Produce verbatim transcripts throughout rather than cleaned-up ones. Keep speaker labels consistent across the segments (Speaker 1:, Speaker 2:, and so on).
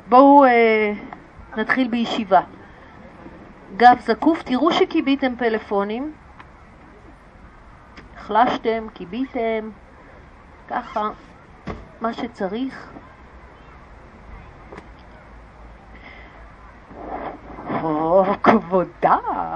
Speaker 1: בואו אה, נתחיל בישיבה. גב זקוף, תראו שקיביתם פלאפונים. החלשתם, קיביתם, ככה, מה שצריך. או, כבודה.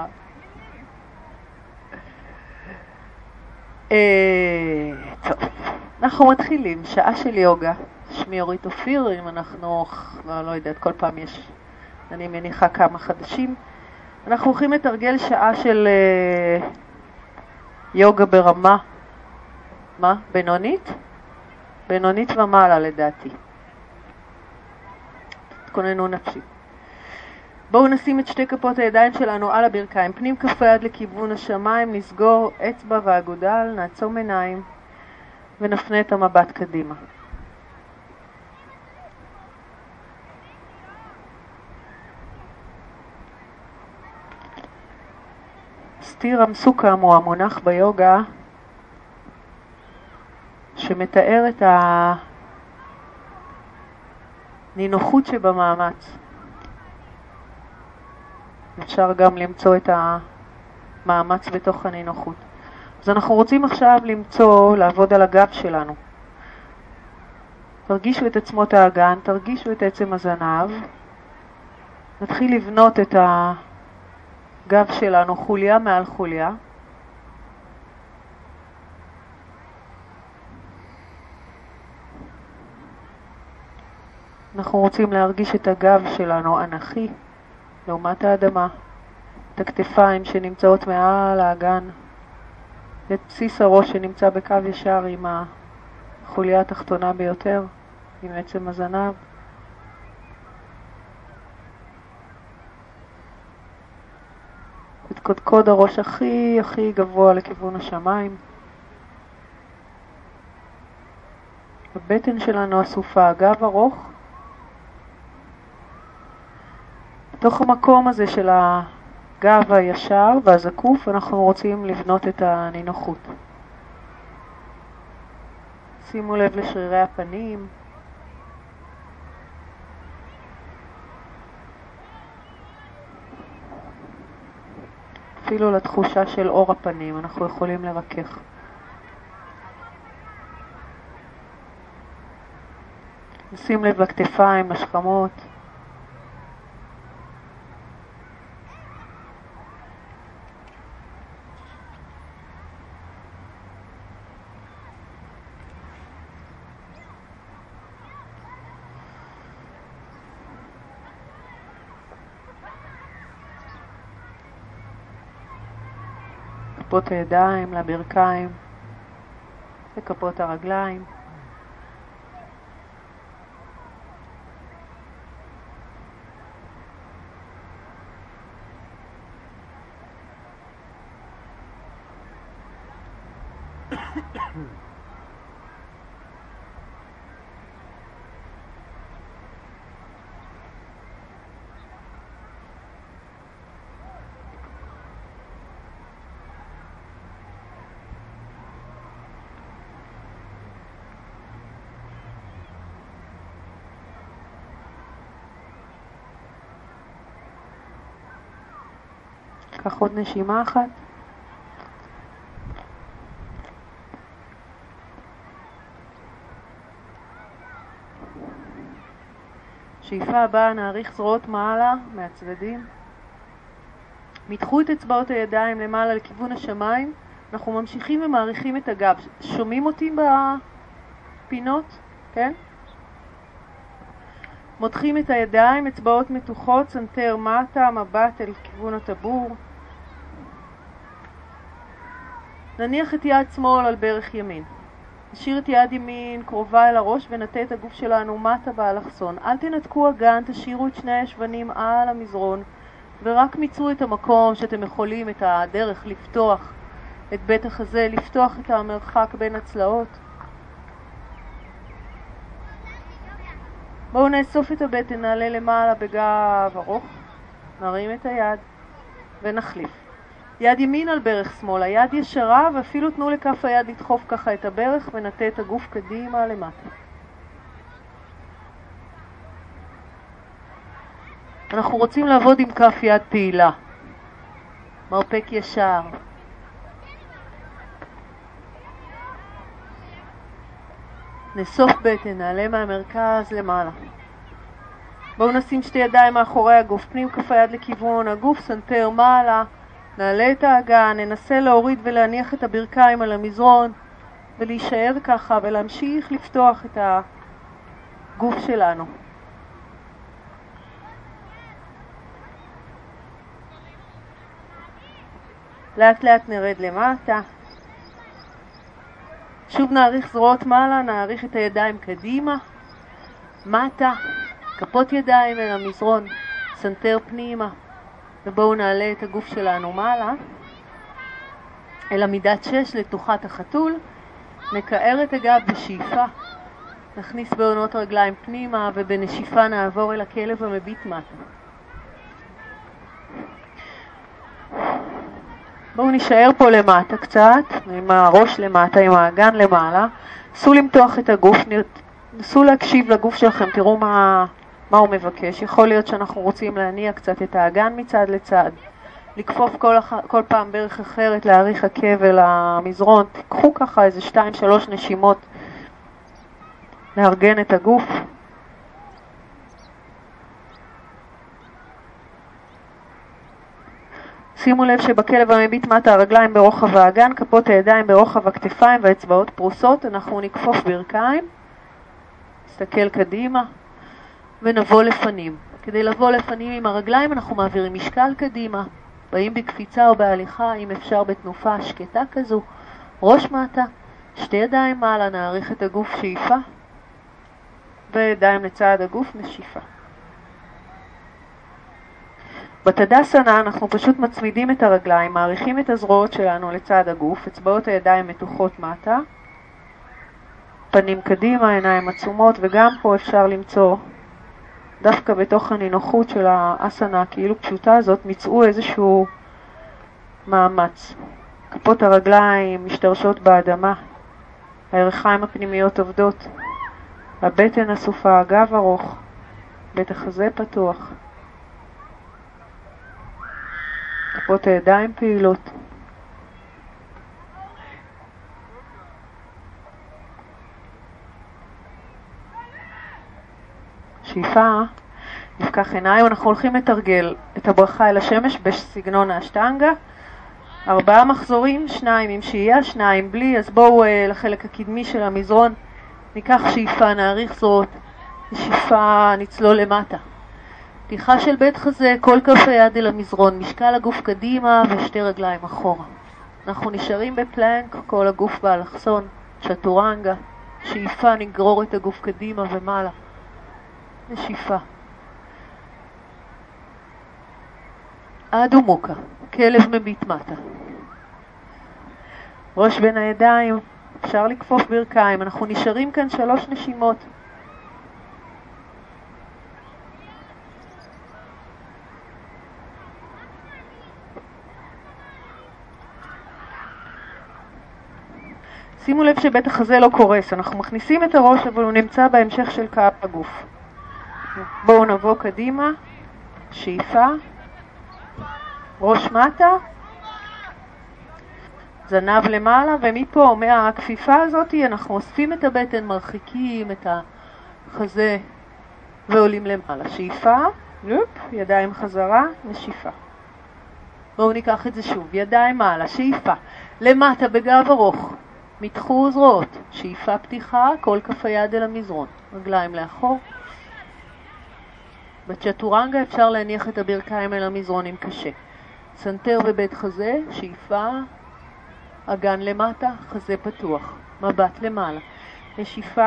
Speaker 1: אה, טוב, אנחנו מתחילים, שעה של יוגה. שמי אורית אופיר, אם אנחנו, לא, לא יודעת, כל פעם יש, אני מניחה כמה חדשים. אנחנו הולכים לתרגל שעה של אה, יוגה ברמה, מה? בינונית? בינונית ומעלה לדעתי. תתכוננו נפשי. בואו נשים את שתי כפות הידיים שלנו על הברכיים, פנים כף היד לכיוון השמיים, נסגור אצבע והגודל, נעצום עיניים ונפנה את המבט קדימה. סטירם סוכם הוא המונח ביוגה שמתאר את הנינוחות שבמאמץ. אפשר גם למצוא את המאמץ בתוך הנינוחות. אז אנחנו רוצים עכשיו למצוא, לעבוד על הגב שלנו. תרגישו את עצמות האגן, תרגישו את עצם הזנב. נתחיל לבנות את הגב שלנו חוליה מעל חוליה. אנחנו רוצים להרגיש את הגב שלנו אנכי לעומת האדמה, את הכתפיים שנמצאות מעל האגן, את בסיס הראש שנמצא בקו ישר עם החוליה התחתונה ביותר, עם עצם הזנב. את קודקוד הראש הכי הכי גבוה לכיוון השמיים. הבטן שלנו אסופה, הגב ארוך. בתוך המקום הזה של הגב הישר והזקוף אנחנו רוצים לבנות את הנינוחות. שימו לב לשרירי הפנים. אפילו לתחושה של אור הפנים אנחנו יכולים לרכך. נשים לב לכתפיים, לשכמות. כפות הידיים לברכיים וכפות הרגליים. קח עוד נשימה אחת. שאיפה הבאה, נעריך זרועות מעלה מהצדדים. מתחו את אצבעות הידיים למעלה לכיוון השמיים. אנחנו ממשיכים ומעריכים את הגב. שומעים אותי בפינות? כן? מותחים את הידיים, אצבעות מתוחות, סנטר מטה, מבט אל כיוון הטבור. נניח את יד שמאל על ברך ימין. נשאיר את יד ימין קרובה אל הראש ונטה את הגוף שלנו מטה באלכסון. אל תנתקו אגן, תשאירו את שני הישבנים על המזרון ורק מיצו את המקום שאתם יכולים, את הדרך לפתוח את בית החזה, לפתוח את המרחק בין הצלעות. בואו נאסוף את הבטן, נעלה למעלה בגב ארוך, נרים את היד ונחליף. יד ימין על ברך שמאל, היד ישרה ואפילו תנו לכף היד לדחוף ככה את הברך ונטה את הגוף קדימה למטה. אנחנו רוצים לעבוד עם כף יד פעילה. מרפק ישר. נאסוף בטן, נעלה מהמרכז למעלה. בואו נשים שתי ידיים מאחורי הגוף, פנים כף היד לכיוון הגוף, סנטר מעלה, נעלה את האגן, ננסה להוריד ולהניח את הברכיים על המזרון ולהישאר ככה ולהמשיך לפתוח את הגוף שלנו. לאט לאט נרד למטה. שוב נעריך זרועות מעלה, נעריך את הידיים קדימה, מטה, כפות ידיים אל המזרון, סנטר פנימה, ובואו נעלה את הגוף שלנו מעלה, אל עמידת שש לתוכת החתול, נקער את הגב בשאיפה, נכניס בעונות רגליים פנימה, ובנשיפה נעבור אל הכלב המביט מטה. בואו נשאר פה למטה קצת, עם הראש למטה, עם האגן למעלה. נסו למתוח את הגוף, נסו להקשיב לגוף שלכם, תראו מה, מה הוא מבקש. יכול להיות שאנחנו רוצים להניע קצת את האגן מצד לצד, לקפוף כל, כל פעם ברך אחרת, להאריך עקב אל המזרון. תיקחו ככה איזה שתיים שלוש נשימות, לארגן את הגוף. שימו לב שבכלב המביט מטה הרגליים ברוחב האגן, כפות הידיים ברוחב הכתפיים והאצבעות פרוסות. אנחנו נקפוף ברכיים, נסתכל קדימה ונבוא לפנים. כדי לבוא לפנים עם הרגליים אנחנו מעבירים משקל קדימה, באים בקפיצה או בהליכה, אם אפשר בתנופה שקטה כזו, ראש מטה, שתי ידיים מעלה, נעריך את הגוף שאיפה וידיים לצד הגוף נשיפה. בתדסנה אנחנו פשוט מצמידים את הרגליים, מעריכים את הזרועות שלנו לצד הגוף, אצבעות הידיים מתוחות מטה, פנים קדימה, עיניים עצומות, וגם פה אפשר למצוא, דווקא בתוך הנינוחות של האסנה, כאילו פשוטה הזאת, מצאו איזשהו מאמץ. כפות הרגליים משתרשות באדמה, הירכיים הפנימיות עובדות, הבטן אסופה, הגב ארוך, בית החזה פתוח. כפות הידיים פעילות. שאיפה, נפקח עיניים, אנחנו הולכים לתרגל את הברכה אל השמש בסגנון האשטנגה. ארבעה מחזורים, שניים עם שהייה, שניים בלי, אז בואו לחלק הקדמי של המזרון, ניקח שאיפה, נעריך זרועות, שאיפה, נצלול למטה. פתיחה של בית חזה, כל כף היד אל המזרון, משקל הגוף קדימה ושתי רגליים אחורה. אנחנו נשארים בפלנק, כל הגוף באלכסון, צ'טורנגה, שאיפה, נגרור את הגוף קדימה ומעלה. נשיפה. אדו מוקה, כלב מביט מטה. ראש בין הידיים, אפשר לקפוף ברכיים, אנחנו נשארים כאן שלוש נשימות. שימו לב שבית החזה לא קורס, אנחנו מכניסים את הראש אבל הוא נמצא בהמשך של קו הגוף. בואו נבוא קדימה, שאיפה, ראש מטה, זנב למעלה, ומפה מהכפיפה הזאת אנחנו אוספים את הבטן, מרחיקים את החזה ועולים למעלה. שאיפה, ידיים חזרה, נשיפה. בואו ניקח את זה שוב, ידיים מעלה, שאיפה, למטה בגב ארוך. מתחו זרועות, שאיפה פתיחה, כל כף היד אל המזרון, רגליים לאחור. בצ'טורנגה אפשר להניח את הברכיים אל המזרון אם קשה. סנטר בבית חזה, שאיפה, אגן למטה, חזה פתוח, מבט למעלה. נשיפה,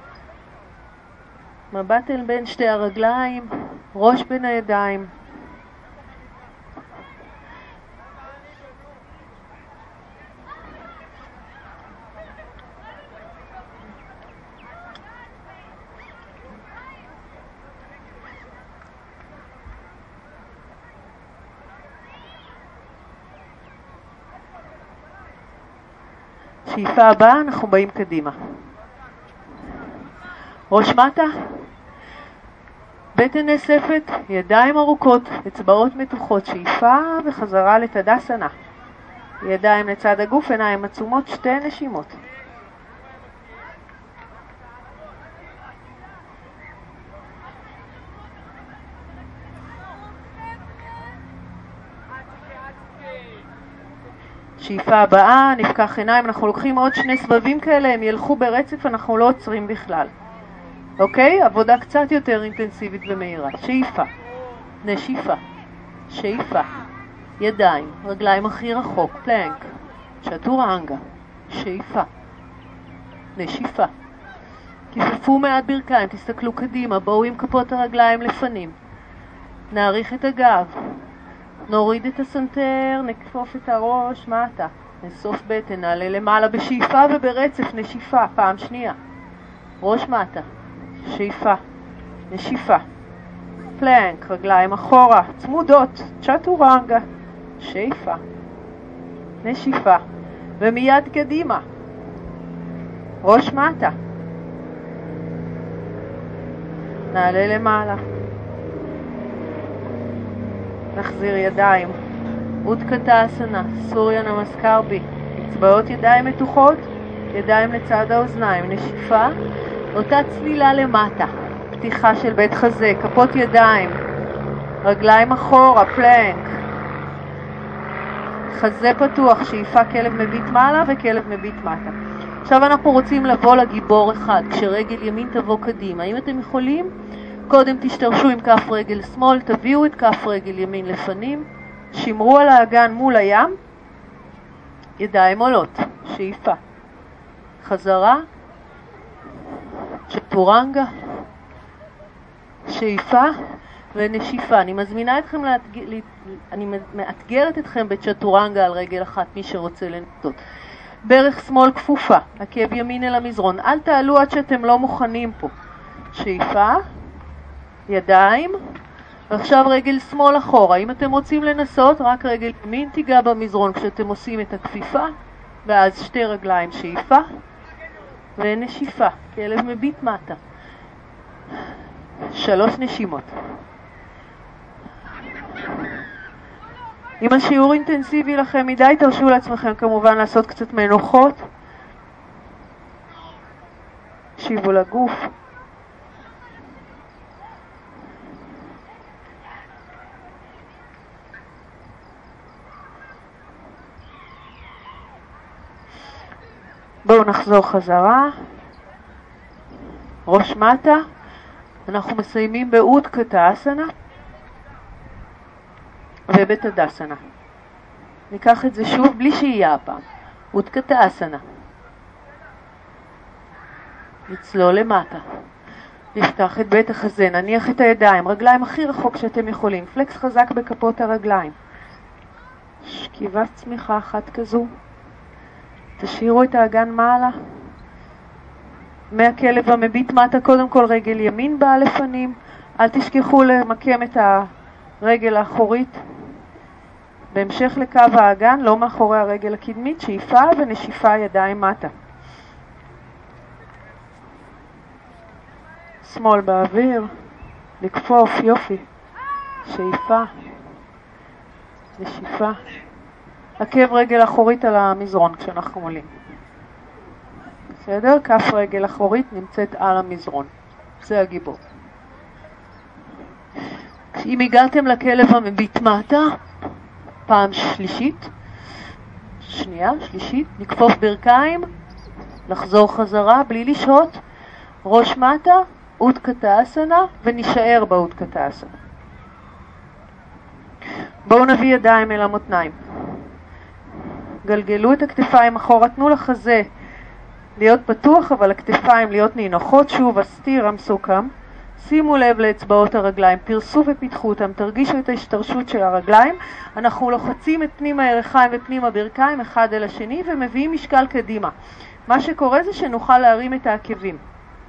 Speaker 1: מבט אל בין שתי הרגליים, ראש בין הידיים. שאיפה הבאה, אנחנו באים קדימה. ראש מטה, בטן נאספת, ידיים ארוכות, אצבעות מתוחות, שאיפה וחזרה לתדסנה. ידיים לצד הגוף, עיניים עצומות, שתי נשימות. שאיפה הבאה, נפקח עיניים, אנחנו לוקחים עוד שני סבבים כאלה, הם ילכו ברצף, אנחנו לא עוצרים בכלל. אוקיי? עבודה קצת יותר אינטנסיבית ומהירה. שאיפה, נשיפה, שאיפה, ידיים, רגליים הכי רחוק, פלנק, צ'טורנגה, שאיפה, נשיפה. כיפפו מעט ברכיים, תסתכלו קדימה, בואו עם כפות הרגליים לפנים. נעריך את הגב. נוריד את הסנטר, נכפוף את הראש, מטה, נסוף בטן, נעלה למעלה בשאיפה וברצף נשיפה, פעם שנייה. ראש מטה, שאיפה, נשיפה, פלנק, רגליים אחורה, צמודות, צ'טורנגה, שאיפה, נשיפה, ומיד קדימה, ראש מטה, נעלה למעלה. נחזיר ידיים, אודקטאסנה, סוריה נמסקר בי, אצבעות ידיים מתוחות, ידיים לצד האוזניים, נשיפה, אותה צלילה למטה, פתיחה של בית חזה, כפות ידיים, רגליים אחורה, פלנק, חזה פתוח, שאיפה כלב מביט מעלה וכלב מביט מטה. עכשיו אנחנו רוצים לבוא לגיבור אחד, כשרגל ימין תבוא קדימה. אם אתם יכולים, קודם תשתרשו עם כף רגל שמאל, תביאו את כף רגל ימין לפנים, שמרו על האגן מול הים, ידיים עולות, שאיפה, חזרה, צ'טורנגה, שאיפה ונשיפה. אני מזמינה אתכם, להתג... אני מאתגרת אתכם בצ'טורנגה על רגל אחת, מי שרוצה לנטות. ברך שמאל כפופה, עקב ימין אל המזרון, אל תעלו עד שאתם לא מוכנים פה. שאיפה, ידיים, ועכשיו רגל שמאל אחורה. אם אתם רוצים לנסות, רק רגל ימין תיגע במזרון כשאתם עושים את הכפיפה, ואז שתי רגליים, שאיפה ונשיפה, כלב מביט מטה. שלוש נשימות. אם השיעור אינטנסיבי לכם מדי, תרשו לעצמכם כמובן לעשות קצת מנוחות. שיבו לגוף. בואו נחזור חזרה. ראש מטה. אנחנו מסיימים באודקטאסנה ובתדסנה. ניקח את זה שוב בלי שיהיה הפעם. אודקטאסנה. נצלול למטה. נפתח את בית החזה, נניח את הידיים, רגליים הכי רחוק שאתם יכולים. פלקס חזק בכפות הרגליים. שכיבת צמיחה אחת כזו. תשאירו את האגן מעלה. מהכלב המביט מטה, קודם כל רגל ימין באה לפנים. אל תשכחו למקם את הרגל האחורית בהמשך לקו האגן, לא מאחורי הרגל הקדמית. שאיפה ונשיפה, ידיים מטה. שמאל באוויר, לקפוף, יופי. שאיפה, נשיפה. עקב רגל אחורית על המזרון כשאנחנו עולים. בסדר? כף רגל אחורית נמצאת על המזרון. זה הגיבור. אם הגעתם לכלב המביט מטה, פעם שלישית, שנייה, שלישית, נקפוף ברכיים, לחזור חזרה בלי לשהות, ראש מטה, אודקטאסנה, ונשאר באודקטאסנה. בואו נביא ידיים אל המותניים. גלגלו את הכתפיים אחורה, תנו לחזה להיות פתוח, אבל הכתפיים להיות נינוחות. שוב, הסתיר המסוכם. שימו לב לאצבעות הרגליים, פרסו ופיתחו אותם, תרגישו את ההשתרשות של הרגליים. אנחנו לוחצים את פנים הירכיים ופנים הברכיים אחד אל השני ומביאים משקל קדימה. מה שקורה זה שנוכל להרים את העקבים.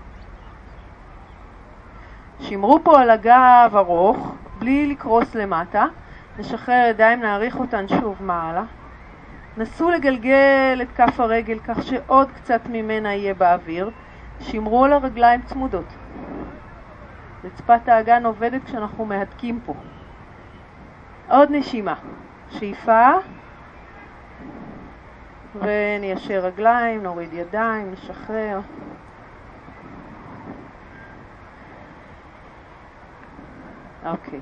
Speaker 1: שמרו פה על הגב ארוך, בלי לקרוס למטה. נשחרר ידיים, נעריך אותן שוב מעלה. נסו לגלגל את כף הרגל כך שעוד קצת ממנה יהיה באוויר. שמרו על הרגליים צמודות. רצפת האגן עובדת כשאנחנו מהדקים פה. עוד נשימה. שאיפה. וניישר רגליים, נוריד ידיים, נשחרר. אוקיי.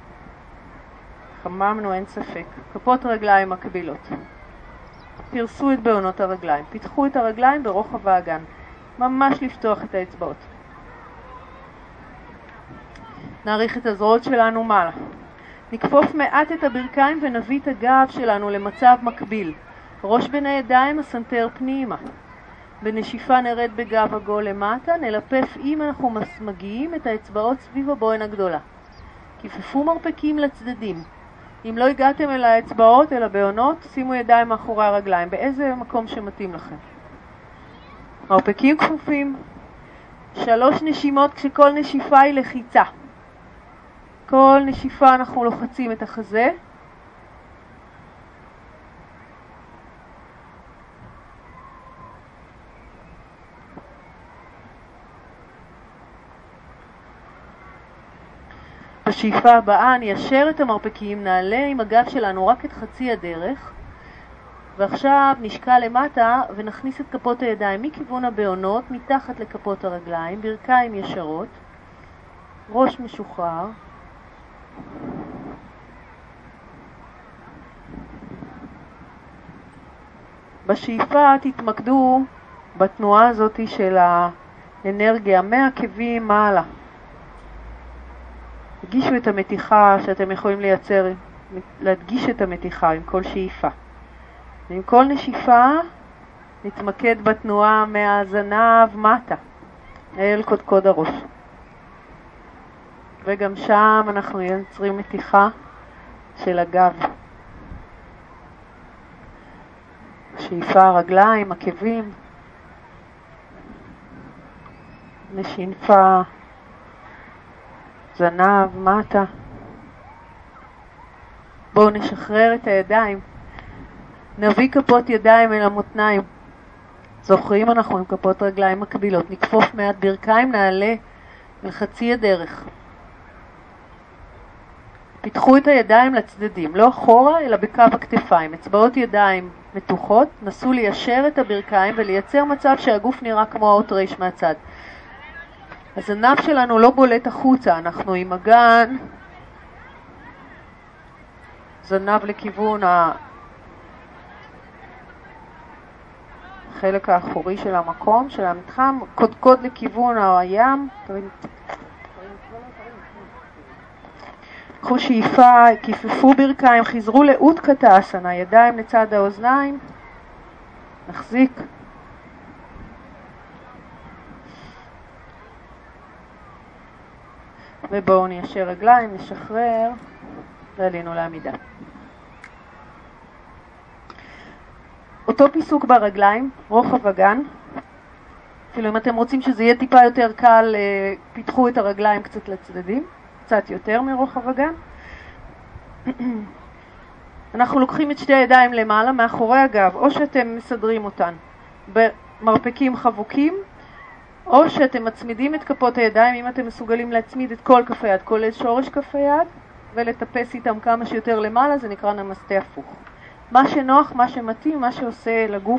Speaker 1: חממנו, אין ספק. כפות רגליים מקבילות. פרסו את בעונות הרגליים. פיתחו את הרגליים ברוחב האגן. ממש לפתוח את האצבעות. נעריך את הזרועות שלנו מעלה. נכפוף מעט את הברכיים ונביא את הגב שלנו למצב מקביל. ראש בין הידיים, הסנטר פנימה. בנשיפה נרד בגב עגול למטה, נלפף אם אנחנו מגיעים את האצבעות סביב הבוהן הגדולה. כיפפו מרפקים לצדדים. אם לא הגעתם אל האצבעות, אל הבעונות, שימו ידיים מאחורי הרגליים, באיזה מקום שמתאים לכם. מרפקים כפופים. שלוש נשימות כשכל נשיפה היא לחיצה. כל נשיפה אנחנו לוחצים את החזה. בשאיפה הבאה ניישר את המרפקים, נעלה עם הגב שלנו רק את חצי הדרך, ועכשיו נשקע למטה ונכניס את כפות הידיים מכיוון הבעונות, מתחת לכפות הרגליים, ברכיים ישרות, ראש משוחרר. בשאיפה תתמקדו בתנועה הזאת של האנרגיה מהעקבים מעלה. תגישו את המתיחה שאתם יכולים לייצר, להדגיש את המתיחה עם כל שאיפה. ועם כל נשיפה נתמקד בתנועה מהזנב מטה, אל קודקוד הראש. וגם שם אנחנו יוצרים מתיחה של הגב. שאיפה רגליים, עקבים, נשיפה, זנב, מטה. בואו נשחרר את הידיים. נביא כפות ידיים אל המותניים. זוכרים, אנחנו עם כפות רגליים מקבילות. נכפוף מעט ברכיים, נעלה לחצי הדרך. פיתחו את הידיים לצדדים, לא אחורה אלא בקו הכתפיים. אצבעות ידיים מתוחות, נסו ליישר את הברכיים ולייצר מצב שהגוף נראה כמו האות רש מהצד. הזנב שלנו לא בולט החוצה, אנחנו עם אגן, זנב לכיוון החלק האחורי של המקום, של המתחם, קודקוד לכיוון הים. קחו שאיפה, כיפפו ברכיים, חזרו לאוטקטאסנה, ידיים לצד האוזניים, נחזיק. ובואו ניישר רגליים, נשחרר, ועלינו לעמידה. אותו פיסוק ברגליים, רוחב אגן. אפילו אם אתם רוצים שזה יהיה טיפה יותר קל, פיתחו את הרגליים קצת לצדדים, קצת יותר מרוחב אגן. אנחנו לוקחים את שתי הידיים למעלה, מאחורי הגב, או שאתם מסדרים אותן במרפקים חבוקים, או שאתם מצמידים את כפות הידיים, אם אתם מסוגלים להצמיד את כל כף היד, כולל שורש כף היד, ולטפס איתם כמה שיותר למעלה, זה נקרא נמסטה הפוך. מה שנוח, מה שמתאים, מה שעושה לגוף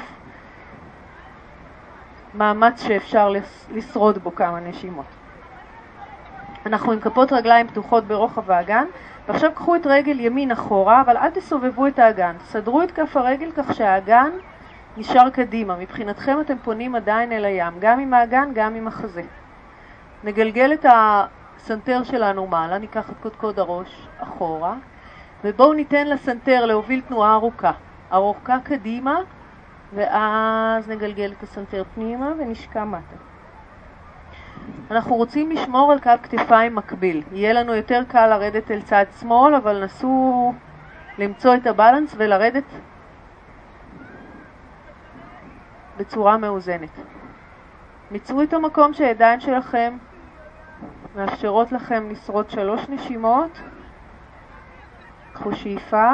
Speaker 1: מאמץ שאפשר לשרוד בו כמה נשימות. אנחנו עם כפות רגליים פתוחות ברוחב האגן, ועכשיו קחו את רגל ימין אחורה, אבל אל תסובבו את האגן. סדרו את כף הרגל כך שהאגן נשאר קדימה. מבחינתכם אתם פונים עדיין אל הים, גם עם האגן, גם עם החזה. נגלגל את הסנטר שלנו מעלה, ניקח את קודקוד הראש אחורה, ובואו ניתן לסנטר להוביל תנועה ארוכה. ארוכה קדימה, ואז נגלגל את הסנטר פנימה ונשקע מטה. אנחנו רוצים לשמור על קו כתפיים מקביל. יהיה לנו יותר קל לרדת אל צד שמאל, אבל נסו למצוא את הבלנס ולרדת בצורה מאוזנת. מצאו את המקום שהידיים שלכם מאפשרות לכם לשרוד שלוש נשימות. קחו שאיפה.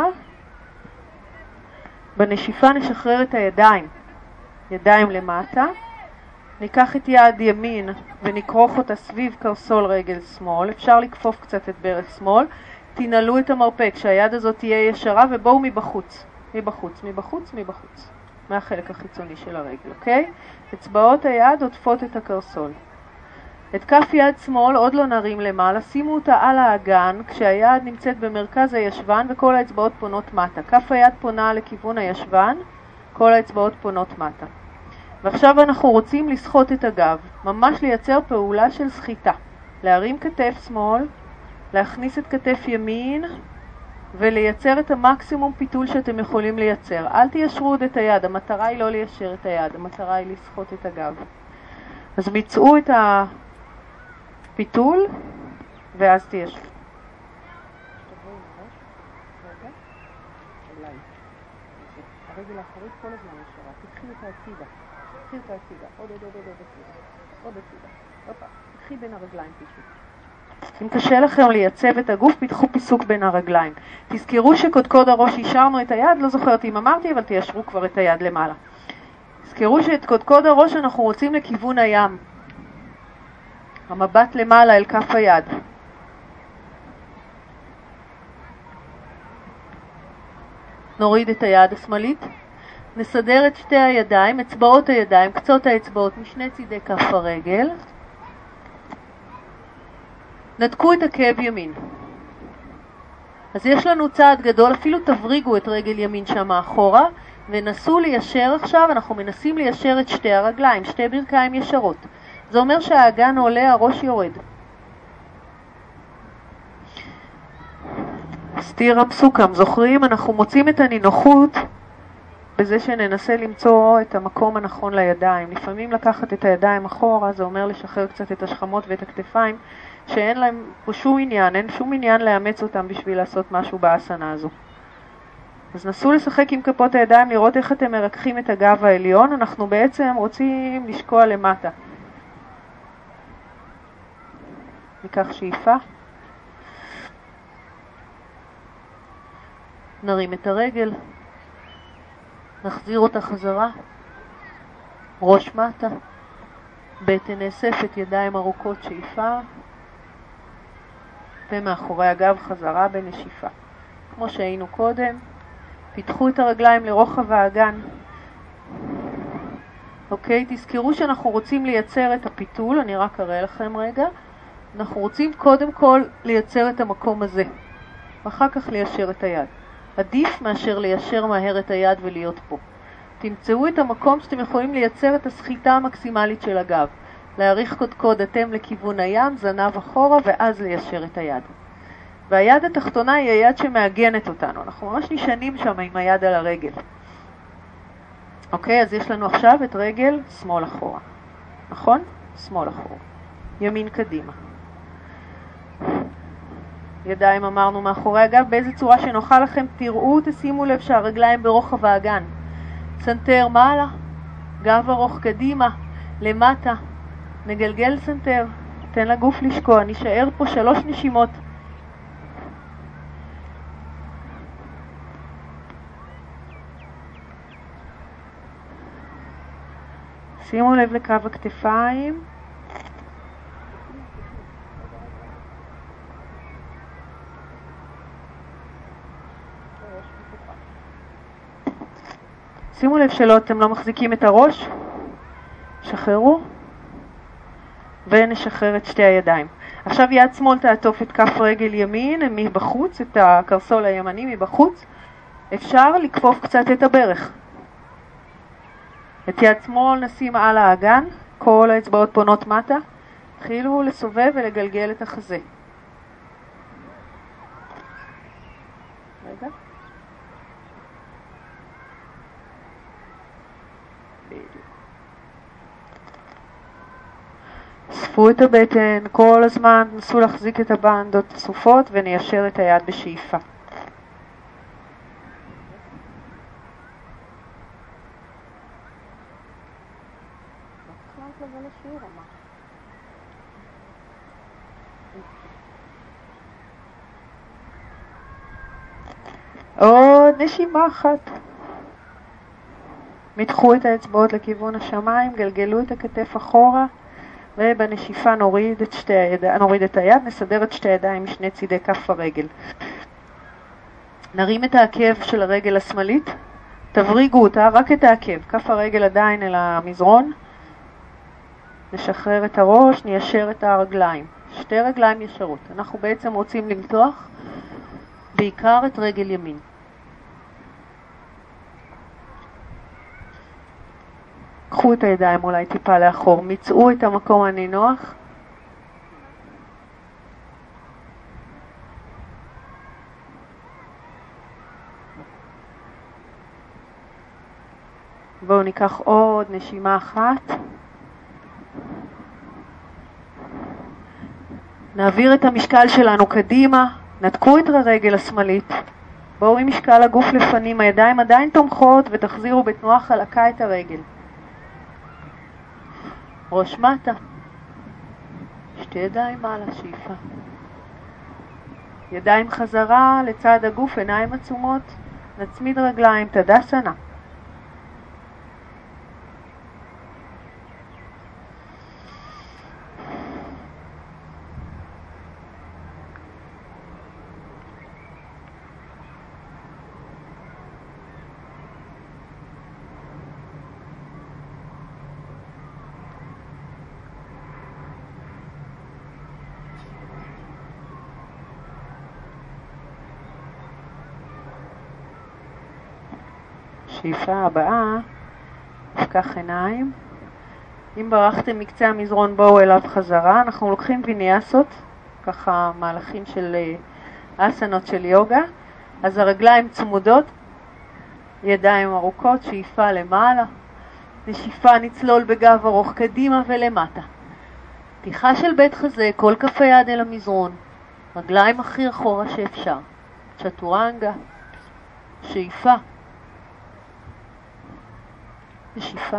Speaker 1: בנשיפה נשחרר את הידיים. ידיים למטה. ניקח את יד ימין ונקרוך אותה סביב קרסול רגל שמאל. אפשר לקפוף קצת את ברך שמאל. תנעלו את המרפק, שהיד הזאת תהיה ישרה, ובואו מבחוץ. מבחוץ, מבחוץ, מבחוץ. מהחלק החיצוני של הרגל, אוקיי? אצבעות היד עוטפות את הקרסול. את כף יד שמאל עוד לא נרים למעלה, שימו אותה על האגן כשהיד נמצאת במרכז הישבן וכל האצבעות פונות מטה. כף היד פונה לכיוון הישבן, כל האצבעות פונות מטה. ועכשיו אנחנו רוצים לסחוט את הגב, ממש לייצר פעולה של סחיטה. להרים כתף שמאל, להכניס את כתף ימין ולייצר את המקסימום פיתול שאתם יכולים לייצר. אל תיישרו עוד את היד, המטרה היא לא ליישר את היד, המטרה היא לסחוט את הגב. אז ביצעו את הפיתול ואז תיישרו. הרגל האחורית כל הזמן ישרה, תקחי אותה הצידה, תקחי אותה הצידה, עוד עוד עוד עוד הצידה, עוד הצידה, הופה, תקחי בין הרגליים פיסוק. אם קשה לכם לייצב את הגוף, פיתחו פיסוק בין הרגליים. תזכרו שקודקוד הראש אישרנו את היד, לא זוכרת אם אמרתי, אבל תיישרו כבר את היד למעלה. תזכרו שאת קודקוד הראש אנחנו רוצים לכיוון הים. המבט למעלה אל כף היד. נוריד את היד השמאלית. נסדר את שתי הידיים, אצבעות הידיים, קצות האצבעות משני צידי כף הרגל. נתקו את עקב ימין. אז יש לנו צעד גדול, אפילו תבריגו את רגל ימין שם אחורה, ונסו ליישר עכשיו, אנחנו מנסים ליישר את שתי הרגליים, שתי ברכיים ישרות. זה אומר שהאגן עולה, הראש יורד. סתירה מסוכם, זוכרים? אנחנו מוצאים את הנינוחות בזה שננסה למצוא את המקום הנכון לידיים. לפעמים לקחת את הידיים אחורה, זה אומר לשחרר קצת את השכמות ואת הכתפיים, שאין להם פה שום עניין, אין שום עניין לאמץ אותם בשביל לעשות משהו באסנה הזו. אז נסו לשחק עם כפות הידיים, לראות איך אתם מרככים את הגב העליון. אנחנו בעצם רוצים לשקוע למטה. ניקח שאיפה. נרים את הרגל. נחזיר אותה חזרה. ראש מטה. בטן נאספת, ידיים ארוכות, שאיפה. ומאחורי הגב חזרה בנשיפה. כמו שהיינו קודם. פיתחו את הרגליים לרוחב האגן. אוקיי, תזכרו שאנחנו רוצים לייצר את הפיתול, אני רק אראה לכם רגע. אנחנו רוצים קודם כל לייצר את המקום הזה, ואחר כך ליישר את היד. עדיף מאשר ליישר מהר את היד ולהיות פה. תמצאו את המקום שאתם יכולים לייצר את הסחיטה המקסימלית של הגב. להאריך קודקוד אתם לכיוון הים, זנב אחורה, ואז ליישר את היד. והיד התחתונה היא היד שמאגנת אותנו. אנחנו ממש נשענים שם עם היד על הרגל. אוקיי, אז יש לנו עכשיו את רגל שמאל אחורה. נכון? שמאל אחורה. ימין קדימה. ידיים אמרנו מאחורי הגב, באיזה צורה שנוחה לכם, תראו, תשימו לב שהרגליים ברוחב האגן. סנטר מעלה, גב ארוך קדימה, למטה, נגלגל סנטר, תן לגוף לשקוע, נשאר פה שלוש נשימות. שימו לב לקו הכתפיים. שימו לב שלא, אתם לא מחזיקים את הראש. שחררו. ונשחרר את שתי הידיים. עכשיו יד שמאל תעטוף את כף רגל ימין מבחוץ, את הקרסול הימני מבחוץ. אפשר לקפוף קצת את הברך. את יד שמאל נשים על האגן, כל האצבעות פונות מטה. תחילו לסובב ולגלגל את החזה. רגע. ספו את הבטן, כל הזמן נסו להחזיק את הבנדות סופות וניישר את היד בשאיפה. עוד נשימה אחת. מתחו את האצבעות לכיוון השמיים, גלגלו את הכתף אחורה, ובנשיפה נוריד את, שתי היד... נוריד את היד, נסדר את שתי הידיים משני צידי כף הרגל. נרים את העקב של הרגל השמאלית, תבריגו אותה, רק את העקב, כף הרגל עדיין אל המזרון, נשחרר את הראש, ניישר את הרגליים, שתי רגליים ישרות. אנחנו בעצם רוצים למתוח בעיקר את רגל ימין. קחו את הידיים אולי טיפה לאחור, מצאו את המקום הנינוח. בואו ניקח עוד נשימה אחת. נעביר את המשקל שלנו קדימה, נתקו את הרגל השמאלית. בואו עם משקל הגוף לפנים, הידיים עדיין תומכות ותחזירו בתנועה חלקה את הרגל. ראש מטה, שתי ידיים מעלה, שאיפה. ידיים חזרה לצד הגוף, עיניים עצומות, נצמיד רגליים, תדסנה. שאיפה הבאה, נפקח עיניים. אם ברחתם מקצה המזרון בואו אליו חזרה. אנחנו לוקחים ויניאסות, ככה מהלכים של אסנות של יוגה. אז הרגליים צמודות, ידיים ארוכות, שאיפה למעלה. נשיפה נצלול בגב ארוך קדימה ולמטה. פתיחה של בית חזה, כל כף היד אל המזרון. רגליים הכי אחורה שאפשר. צ'טורנגה, שאיפה. נשיפה.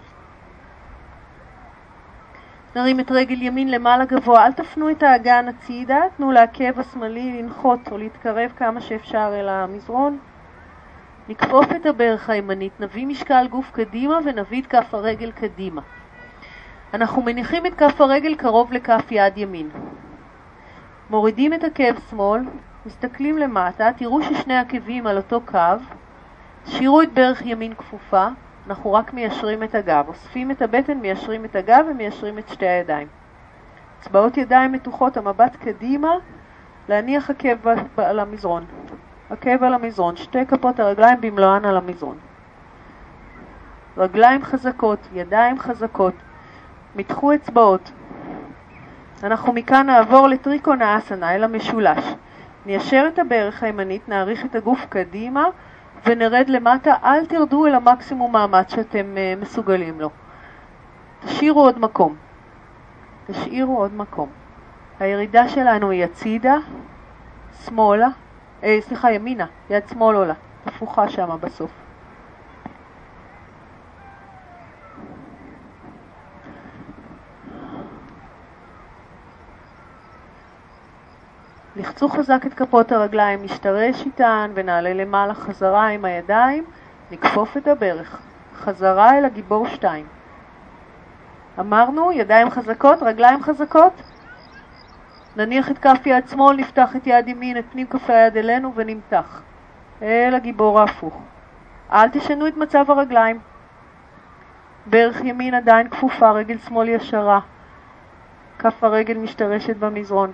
Speaker 1: נרים את רגל ימין למעלה גבוה, אל תפנו את האגן הצידה, תנו לעקב השמאלי לנחות או להתקרב כמה שאפשר אל המזרון. נקפוף את הברך הימנית, נביא משקל גוף קדימה ונביא את כף הרגל קדימה. אנחנו מניחים את כף הרגל קרוב לכף יד ימין. מורידים את עקב שמאל, מסתכלים למטה, תראו ששני עקבים על אותו קו, שירו את ברך ימין כפופה, אנחנו רק מיישרים את הגב, אוספים את הבטן, מיישרים את הגב ומיישרים את שתי הידיים. אצבעות ידיים מתוחות, המבט קדימה, להניח עקב על המזרון. עקב על המזרון, שתי כפות הרגליים במלואן על המזרון. רגליים חזקות, ידיים חזקות, מתחו אצבעות. אנחנו מכאן נעבור לטריקונה אסנה, אל המשולש. ניישר את הברך הימנית, נעריך את הגוף קדימה, ונרד למטה, אל תרדו אל המקסימום מאמץ שאתם uh, מסוגלים לו. תשאירו עוד מקום. תשאירו עוד מקום. הירידה שלנו היא הצידה, שמאלה, אה, סליחה, ימינה, יד שמאל עולה, הפוכה שמה בסוף. לחצו חזק את כפות הרגליים, נשתרש איתן ונעלה למעלה חזרה עם הידיים, נקפוף את הברך, חזרה אל הגיבור שתיים. אמרנו, ידיים חזקות, רגליים חזקות, נניח את כף יד שמאל, נפתח את יד ימין, את פנים כף היד אלינו ונמתח אל הגיבור ההפוך. אל תשנו את מצב הרגליים. ברך ימין עדיין כפופה, רגל שמאל ישרה, כף הרגל משתרשת במזרון.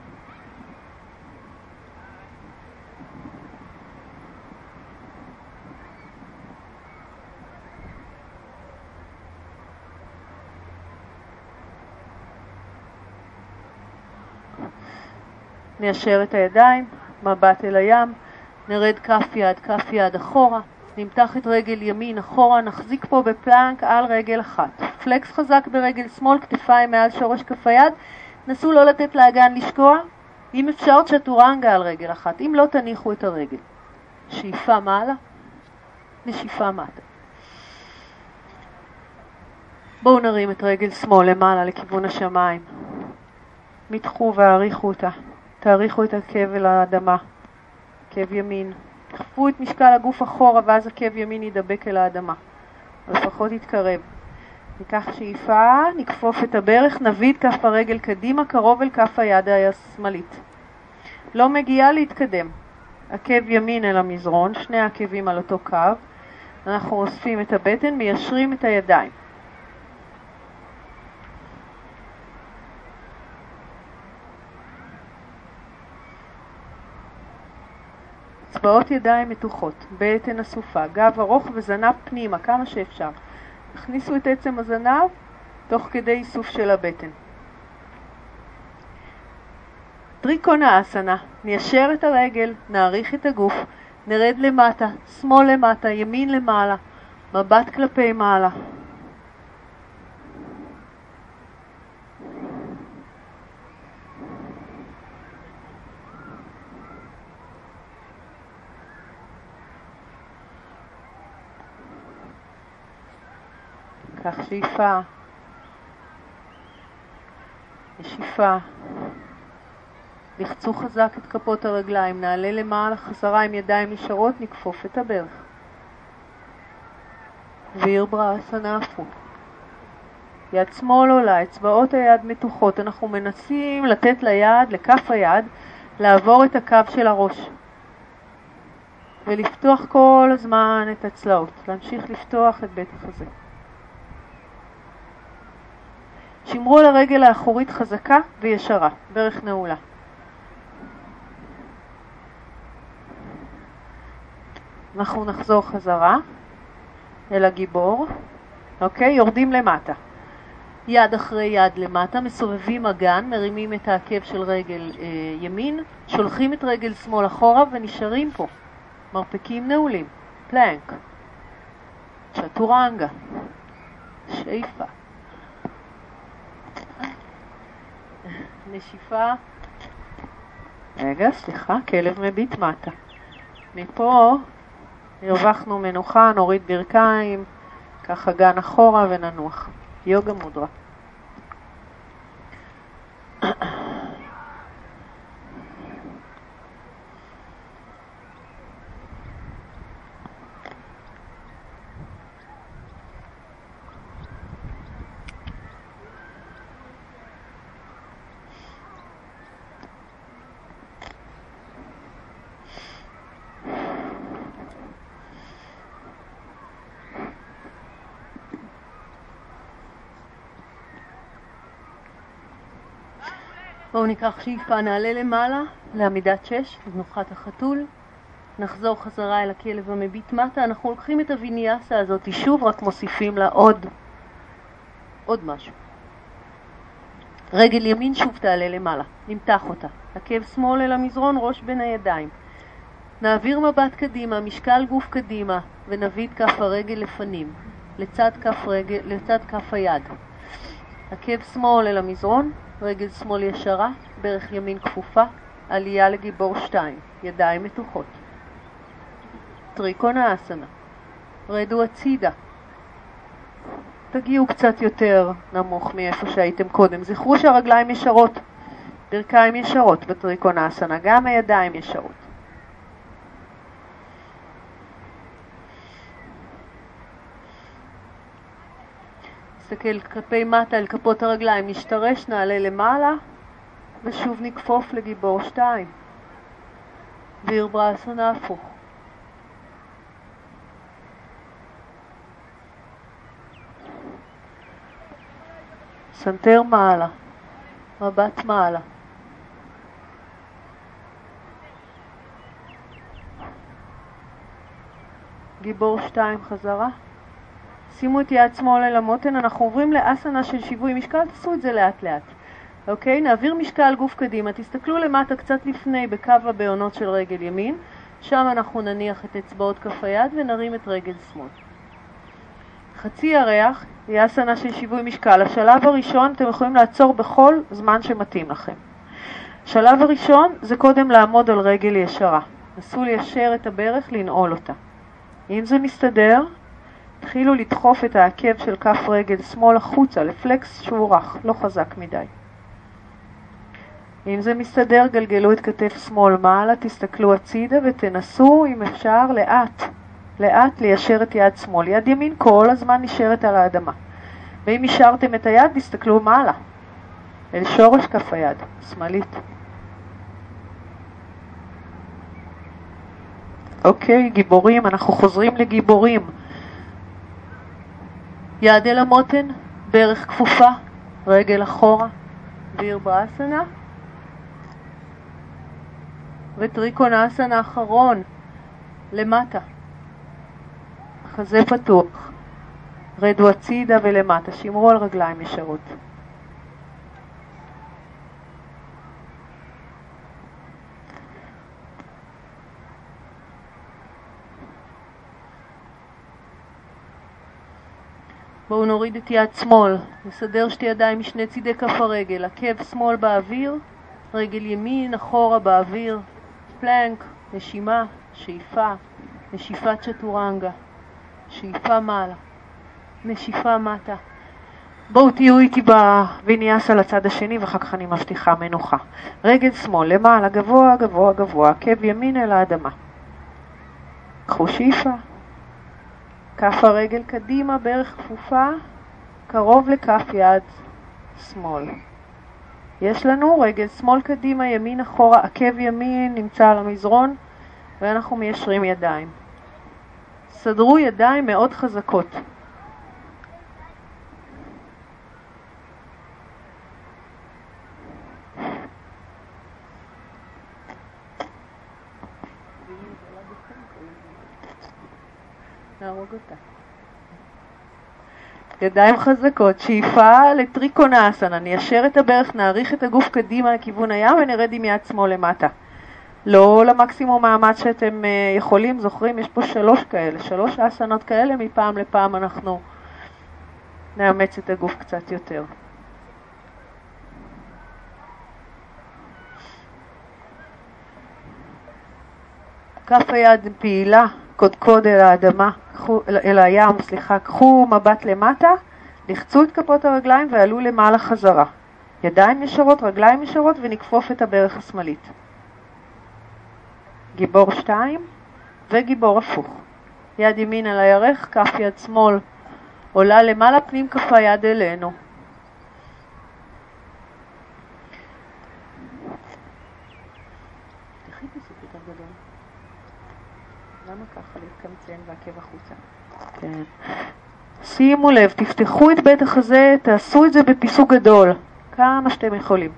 Speaker 1: ניישר את הידיים, מבט אל הים, נרד כף יד, כף יד אחורה, נמתח את רגל ימין אחורה, נחזיק פה בפלנק על רגל אחת. פלקס חזק ברגל שמאל, כתפיים מעל שורש כף היד, נסו לא לתת לאגן לשקוע, אם אפשר צ'טורנגה על רגל אחת, אם לא תניחו את הרגל. שאיפה מעלה, נשיפה מטה. בואו נרים את רגל שמאל למעלה לכיוון השמיים. מתחו והעריכו אותה. תאריכו את עקב אל האדמה, עקב ימין. תחפו את משקל הגוף אחורה ואז עקב ימין ידבק אל האדמה. לפחות יתקרב. ניקח שאיפה, נכפוף את הברך, נביא את כף הרגל קדימה, קרוב אל כף היד השמאלית. לא מגיעה להתקדם. עקב ימין אל המזרון, שני העקבים על אותו קו. אנחנו אוספים את הבטן, מיישרים את הידיים. אצבעות ידיים מתוחות, בטן אסופה, גב ארוך וזנב פנימה, כמה שאפשר. הכניסו את עצם הזנב תוך כדי איסוף של הבטן. טריקונה אסנה, ניישר את הרגל, נעריך את הגוף, נרד למטה, שמאל למטה, ימין למעלה, מבט כלפי מעלה. קח שאיפה, נשיפה, לחצו חזק את כפות הרגליים, נעלה למעלה חזרה עם ידיים נשארות, נכפוף את הברך. וירברה אסנה הפוך. יד שמאל עולה, אצבעות היד מתוחות, אנחנו מנסים לתת ליד, לכף היד, לעבור את הקו של הראש. ולפתוח כל הזמן את הצלעות, להמשיך לפתוח את בית החזה. שמרו על הרגל האחורית חזקה וישרה, ברך נעולה. אנחנו נחזור חזרה אל הגיבור, אוקיי? יורדים למטה. יד אחרי יד למטה, מסובבים אגן, מרימים את העקב של רגל אה, ימין, שולחים את רגל שמאל אחורה ונשארים פה. מרפקים נעולים, פלנק, צ'טורנגה, שאיפה. נשיפה, רגע, סליחה, כלב מביט מטה. מפה הרווחנו מנוחה, נוריד ברכיים, ככה גן אחורה וננוח. יוגה מודרה. בואו ניקח שאיפה, נעלה למעלה לעמידת שש, תנוחת החתול. נחזור חזרה אל הכלב המביט מטה. אנחנו לוקחים את הוויניאסה הזאת שוב, רק מוסיפים לה עוד, עוד משהו. רגל ימין שוב תעלה למעלה, נמתח אותה. עקב שמאל אל המזרון, ראש בין הידיים. נעביר מבט קדימה, משקל גוף קדימה, ונביא את כף הרגל לפנים, לצד כף, רגל, לצד כף היד. עקב שמאל אל המזרון, רגל שמאל ישרה, ברך ימין כפופה, עלייה לגיבור שתיים, ידיים מתוחות. טריקונה אסנה. רדו הצידה. תגיעו קצת יותר נמוך מאיפה שהייתם קודם. זכרו שהרגליים ישרות, ברכיים ישרות בטריקונה אסנה, גם הידיים ישרות. נסתכל כלפי מטה אל כפות הרגליים, נשתרש, נעלה למעלה, ושוב נכפוף לגיבור שתיים. וירברה אסנה הפוך. סנטר מעלה, מבט מעלה. גיבור שתיים חזרה. שימו את יד שמאל אל המותן, אנחנו עוברים לאסנה של שיווי משקל, תעשו את זה לאט לאט. אוקיי, נעביר משקל גוף קדימה, תסתכלו למטה קצת לפני בקו הבעונות של רגל ימין, שם אנחנו נניח את אצבעות כף היד ונרים את רגל שמאל. חצי ירח היא אסנה של שיווי משקל. השלב הראשון אתם יכולים לעצור בכל זמן שמתאים לכם. השלב הראשון זה קודם לעמוד על רגל ישרה. נסו ליישר את הברך, לנעול אותה. אם זה מסתדר, תחילו לדחוף את העקב של כף רגל שמאל החוצה, לפלקס שהוא רך, לא חזק מדי. אם זה מסתדר, גלגלו את כתף שמאל מעלה, תסתכלו הצידה ותנסו, אם אפשר, לאט לאט ליישר את יד שמאל. יד ימין כל הזמן נשארת על האדמה. ואם השארתם את היד, תסתכלו מעלה. אל שורש כף היד, שמאלית. אוקיי, גיבורים, אנחנו חוזרים לגיבורים. יד אל המותן, ברך כפופה, רגל אחורה, וירבראסנה. וטריקונאסנה אחרון, למטה. חזה פתוח. רדו הצידה ולמטה, שמרו על רגליים ישרות. בואו נוריד את יד שמאל, נסדר שתי ידיים משני צידי כף הרגל, עקב שמאל באוויר, רגל ימין אחורה באוויר, פלנק, נשימה, שאיפה, נשיפת צ'טורנגה, שאיפה מעלה, נשיפה מטה. בואו תהיו איתי בוויניאס על הצד השני ואחר כך אני מבטיחה מנוחה. רגל שמאל למעלה, גבוה, גבוה, גבוה, עקב ימין אל האדמה. קחו שאיפה. כף הרגל קדימה, ברך כפופה, קרוב לכף יד שמאל. יש לנו רגל שמאל קדימה, ימין אחורה, עקב ימין נמצא על המזרון, ואנחנו מיישרים ידיים. סדרו ידיים מאוד חזקות. נהרוג אותה. ידיים חזקות, שאיפה לטריקונאסנה, ניישר את הברך, נעריך את הגוף קדימה לכיוון הים ונרד עם יד שמאל למטה. לא למקסימום מאמץ שאתם uh, יכולים, זוכרים, יש פה שלוש כאלה, שלוש אסנות כאלה, מפעם לפעם אנחנו נאמץ את הגוף קצת יותר. כף היד פעילה, קודקוד אל האדמה, קחו, אל הים, סליחה, קחו מבט למטה, לחצו את כפות הרגליים ועלו למעלה חזרה. ידיים ישרות, רגליים ישרות ונכפוף את הברך השמאלית. גיבור שתיים וגיבור הפוך. יד ימין על הירך, כף יד שמאל עולה למעלה, פנים כף היד אלינו. למה ככה להתקמצן ועקב החוצה? כן. שימו לב, תפתחו את בית החזה, תעשו את זה בפיסוק גדול, כמה שאתם יכולים.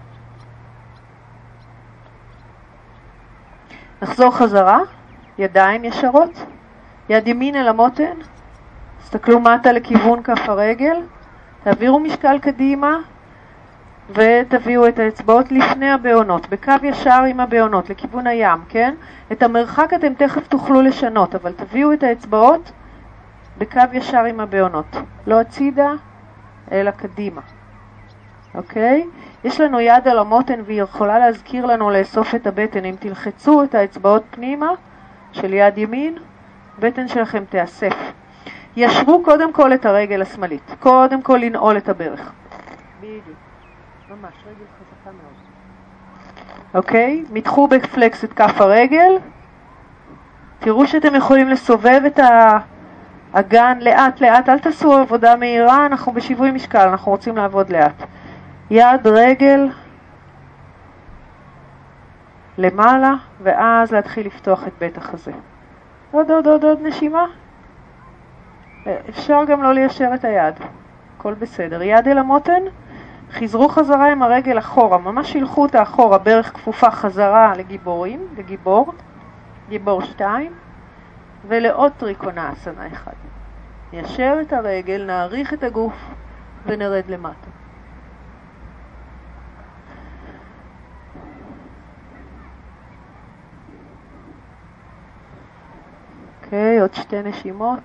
Speaker 1: נחזור חזרה, ידיים ישרות, יד ימין אל המותן, תסתכלו מטה לכיוון כף הרגל, תעבירו משקל קדימה ותביאו את האצבעות לפני הבעונות, בקו ישר עם הבעונות, לכיוון הים, כן? את המרחק אתם תכף תוכלו לשנות, אבל תביאו את האצבעות בקו ישר עם הבעונות, לא הצידה, אלא קדימה. אוקיי? יש לנו יד על המותן והיא יכולה להזכיר לנו לאסוף את הבטן. אם תלחצו את האצבעות פנימה של יד ימין, בטן שלכם תאסף. ישרו קודם כל את הרגל השמאלית, קודם כל לנעול את הברך. בדיוק. ממש, רגל חזקה מאוד. אוקיי? מתחו בפלקס את כף הרגל. תראו שאתם יכולים לסובב את האגן לאט לאט, אל תעשו עבודה מהירה, אנחנו בשיווי משקל, אנחנו רוצים לעבוד לאט. יד, רגל, למעלה, ואז להתחיל לפתוח את בית החזה. עוד עוד עוד עוד נשימה. אפשר גם לא ליישר את היד. הכל בסדר. יד אל המותן. חזרו חזרה עם הרגל אחורה, ממש שילחו אותה אחורה, ברך כפופה חזרה לגיבורים, לגיבור, גיבור שתיים, ולעוד טריקונאסנה אחד. ניישר את הרגל, נעריך את הגוף ונרד למטה. אוקיי, עוד שתי נשימות.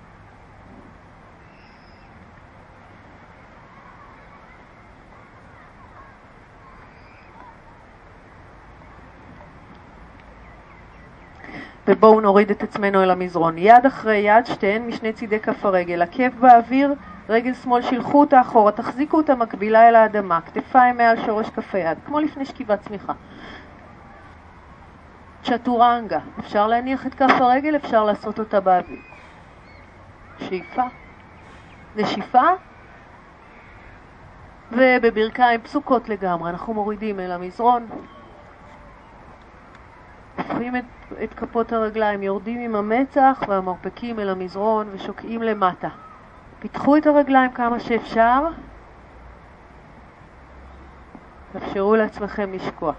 Speaker 1: ובואו נוריד את עצמנו אל המזרון. יד אחרי יד, שתיהן משני צידי כף הרגל. עקב באוויר, רגל שמאל שילחו אותה אחורה, תחזיקו אותה מקבילה אל האדמה, כתפיים מעל שורש כף היד, כמו לפני שכיבת צמיחה. צ'טורנגה. אפשר להניח את כף הרגל, אפשר לעשות אותה באוויר. שאיפה, נשיפה, ובברכיים פסוקות לגמרי. אנחנו מורידים אל המזרון. הופכים את, את כפות הרגליים, יורדים עם המצח והמרפקים אל המזרון ושוקעים למטה. פיתחו את הרגליים כמה שאפשר. תאפשרו לעצמכם לשקוע.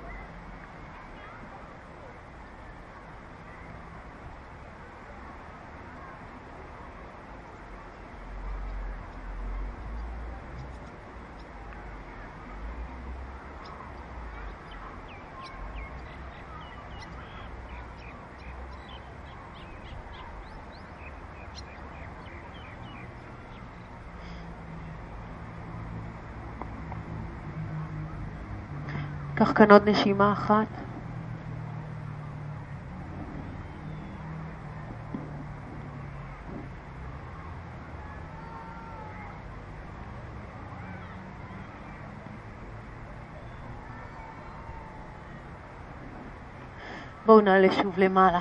Speaker 1: קח כאן עוד נשימה אחת. בואו נעלה שוב למעלה.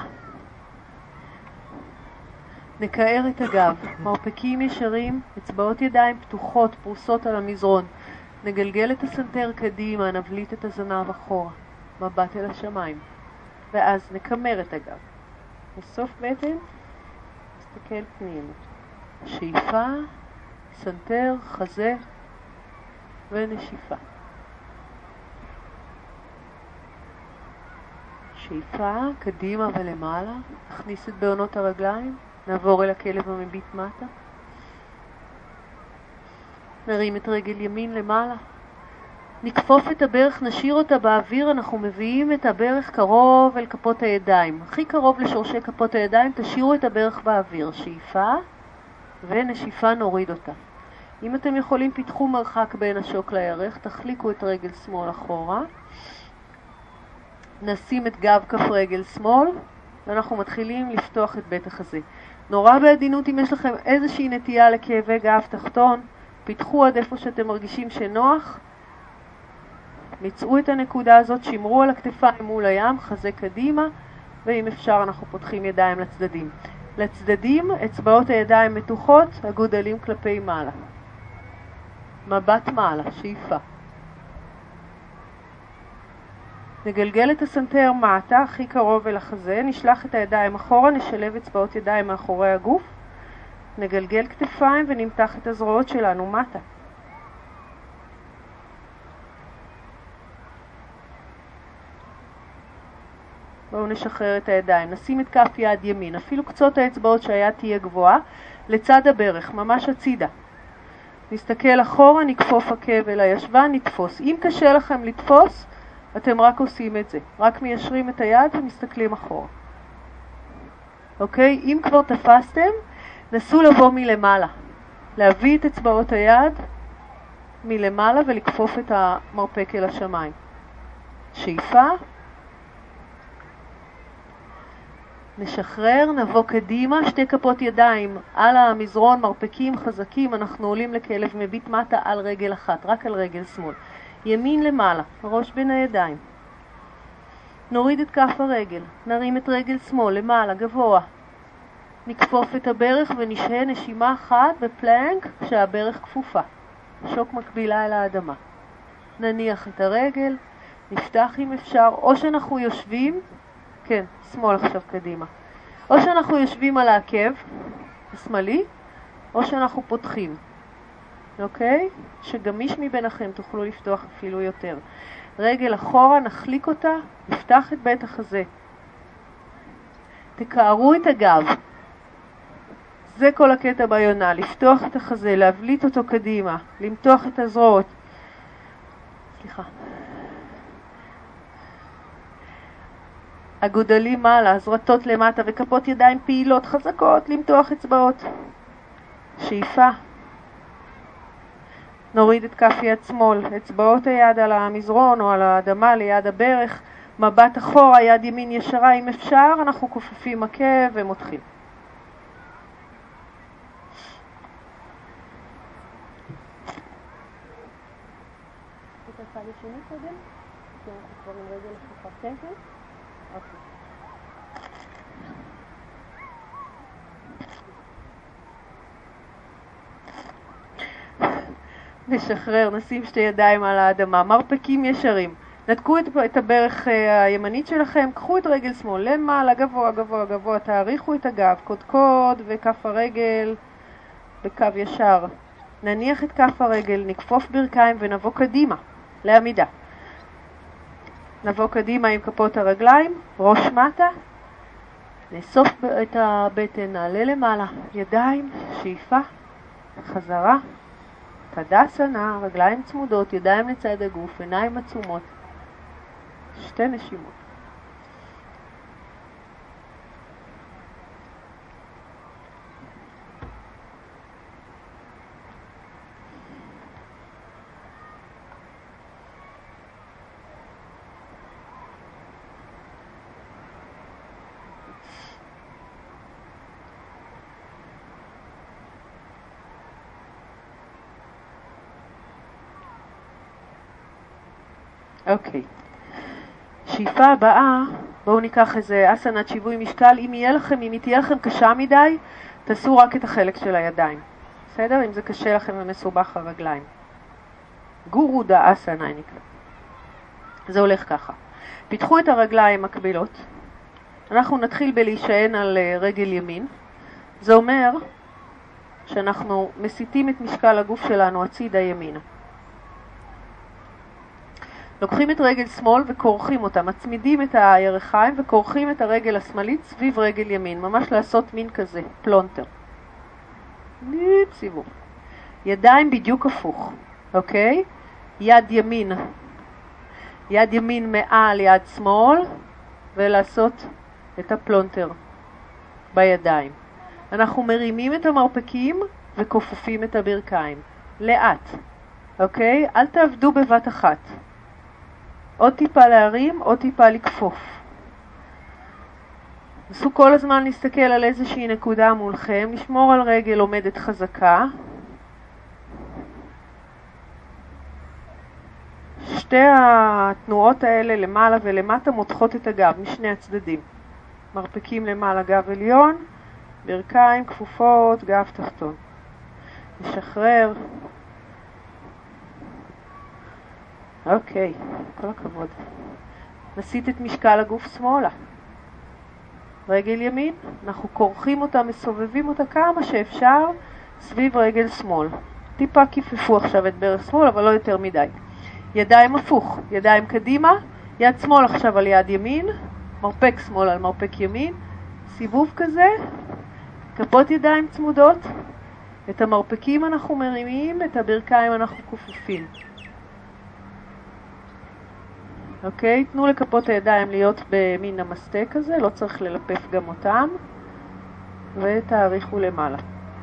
Speaker 1: נקער את הגב, מרפקים ישרים, אצבעות ידיים פתוחות, פרוסות על המזרון. נגלגל את הסנטר קדימה, נבליט את הזנב אחורה, מבט אל השמיים, ואז נקמר את הגב. בסוף בטן, נסתכל פנימה. שאיפה, סנטר, חזה ונשיפה. שאיפה, קדימה ולמעלה, נכניס את בעונות הרגליים, נעבור אל הכלב המביט מטה. נרים את רגל ימין למעלה. נכפוף את הברך, נשאיר אותה באוויר, אנחנו מביאים את הברך קרוב אל כפות הידיים. הכי קרוב לשורשי כפות הידיים, תשאירו את הברך באוויר. שאיפה ונשיפה, נוריד אותה. אם אתם יכולים, פיתחו מרחק בין השוק לירך, תחליקו את רגל שמאל אחורה. נשים את גב כף רגל שמאל, ואנחנו מתחילים לפתוח את בית החזה. נורא בעדינות, אם יש לכם איזושהי נטייה לכאבי גב תחתון, פיתחו עד איפה שאתם מרגישים שנוח, מצאו את הנקודה הזאת, שמרו על הכתפיים מול הים, חזה קדימה, ואם אפשר אנחנו פותחים ידיים לצדדים. לצדדים, אצבעות הידיים מתוחות, הגודלים כלפי מעלה. מבט מעלה, שאיפה. נגלגל את הסנטר מטה, הכי קרוב אל החזה, נשלח את הידיים אחורה, נשלב אצבעות ידיים מאחורי הגוף, נגלגל כתפיים ונמתח את הזרועות שלנו מטה. בואו נשחרר את הידיים, נשים את כף יד ימין, אפילו קצות האצבעות שהיד תהיה גבוהה, לצד הברך, ממש הצידה. נסתכל אחורה, נקפוף עקב אל הישבן, נתפוס. אם קשה לכם לתפוס, אתם רק עושים את זה. רק מיישרים את היד ומסתכלים אחורה. אוקיי? אם כבר תפסתם, נסו לבוא מלמעלה. להביא את אצבעות היד מלמעלה ולקפוף את המרפק אל השמיים. שאיפה. נשחרר, נבוא קדימה, שתי כפות ידיים על המזרון, מרפקים חזקים, אנחנו עולים לכלב מביט מטה על רגל אחת, רק על רגל שמאל. ימין למעלה, ראש בין הידיים. נוריד את כף הרגל, נרים את רגל שמאל למעלה, גבוה. נקפוף את הברך ונשהה נשימה אחת בפלנק כשהברך כפופה. שוק מקבילה אל האדמה. נניח את הרגל, נפתח אם אפשר, או שאנחנו יושבים, כן, שמאל עכשיו קדימה. או שאנחנו יושבים על העקב, השמאלי, או שאנחנו פותחים. אוקיי? שגמיש מביניכם תוכלו לפתוח אפילו יותר. רגל אחורה, נחליק אותה, נפתח את בית החזה. תקערו את הגב. זה כל הקטע ביונה, לפתוח את החזה, להבליט אותו קדימה, למתוח את הזרועות. סליחה. הגודלים מעלה, הזרטות למטה וכפות ידיים פעילות חזקות, למתוח אצבעות. שאיפה. נוריד את כף יד שמאל, אצבעות היד על המזרון או על האדמה ליד הברך, מבט אחורה, יד ימין ישרה אם אפשר, אנחנו כופפים עקב ומותחים. את הצד השני קודם? אנחנו כבר עם רגל הפוכה, כן כן? אוקיי. נשחרר, נשים שתי ידיים על האדמה, מרפקים ישרים. נתקו את, את הברך הימנית שלכם, קחו את רגל שמאל למעלה, גבוה, גבוה, גבוה, תאריכו את הגב, קודקוד וכף הרגל בקו ישר. נניח את כף הרגל, נקפוף ברכיים ונבוא קדימה, לעמידה. נבוא קדימה עם כפות הרגליים, ראש מטה, נאסוף את הבטן, נעלה למעלה, ידיים, שאיפה, חזרה, תדסנה, רגליים צמודות, ידיים לצד הגוף, עיניים עצומות, שתי נשימות. אוקיי. שאיפה הבאה, בואו ניקח איזה אסנת שיווי משקל. אם יהיה לכם, אם היא תהיה לכם קשה מדי, תעשו רק את החלק של הידיים. בסדר? אם זה קשה לכם ומסובך הרגליים. גורודה אסנה נקרא. זה הולך ככה. פיתחו את הרגליים מקבילות. אנחנו נתחיל בלהישען על רגל ימין. זה אומר שאנחנו מסיטים את משקל הגוף שלנו הצידה ימינה. לוקחים את רגל שמאל וכורכים אותה, מצמידים את הירכיים וכורכים את הרגל השמאלית סביב רגל ימין, ממש לעשות מין כזה, פלונטר. סיבוב. ידיים בדיוק הפוך, אוקיי? יד ימין, יד ימין מעל יד שמאל, ולעשות את הפלונטר בידיים. אנחנו מרימים את המרפקים וכופפים את הברכיים. לאט, אוקיי? אל תעבדו בבת אחת. עוד טיפה להרים, עוד טיפה לקפוף. נסו כל הזמן להסתכל על איזושהי נקודה מולכם, לשמור על רגל עומדת חזקה. שתי התנועות האלה למעלה ולמטה מותחות את הגב משני הצדדים. מרפקים למעלה גב עליון, ברכיים כפופות, גב תחתון. נשחרר. אוקיי, כל הכבוד. נסיט את משקל הגוף שמאלה. רגל ימין, אנחנו כורכים אותה, מסובבים אותה כמה שאפשר סביב רגל שמאל. טיפה כיפפו עכשיו את ברך שמאל, אבל לא יותר מדי. ידיים הפוך, ידיים קדימה, יד שמאל עכשיו על יד ימין, מרפק שמאל על מרפק ימין, סיבוב כזה, כפות ידיים צמודות, את המרפקים אנחנו מרימים, את הברכיים אנחנו כופפים. אוקיי, תנו לכפות הידיים להיות במין נמסטה כזה, לא צריך ללפף גם אותם, ותאריכו למעלה.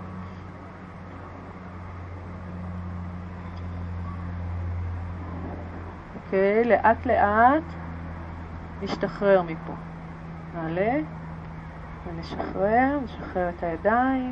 Speaker 1: אוקיי, לאט לאט נשתחרר מפה. נעלה ונשחרר, נשחרר את הידיים.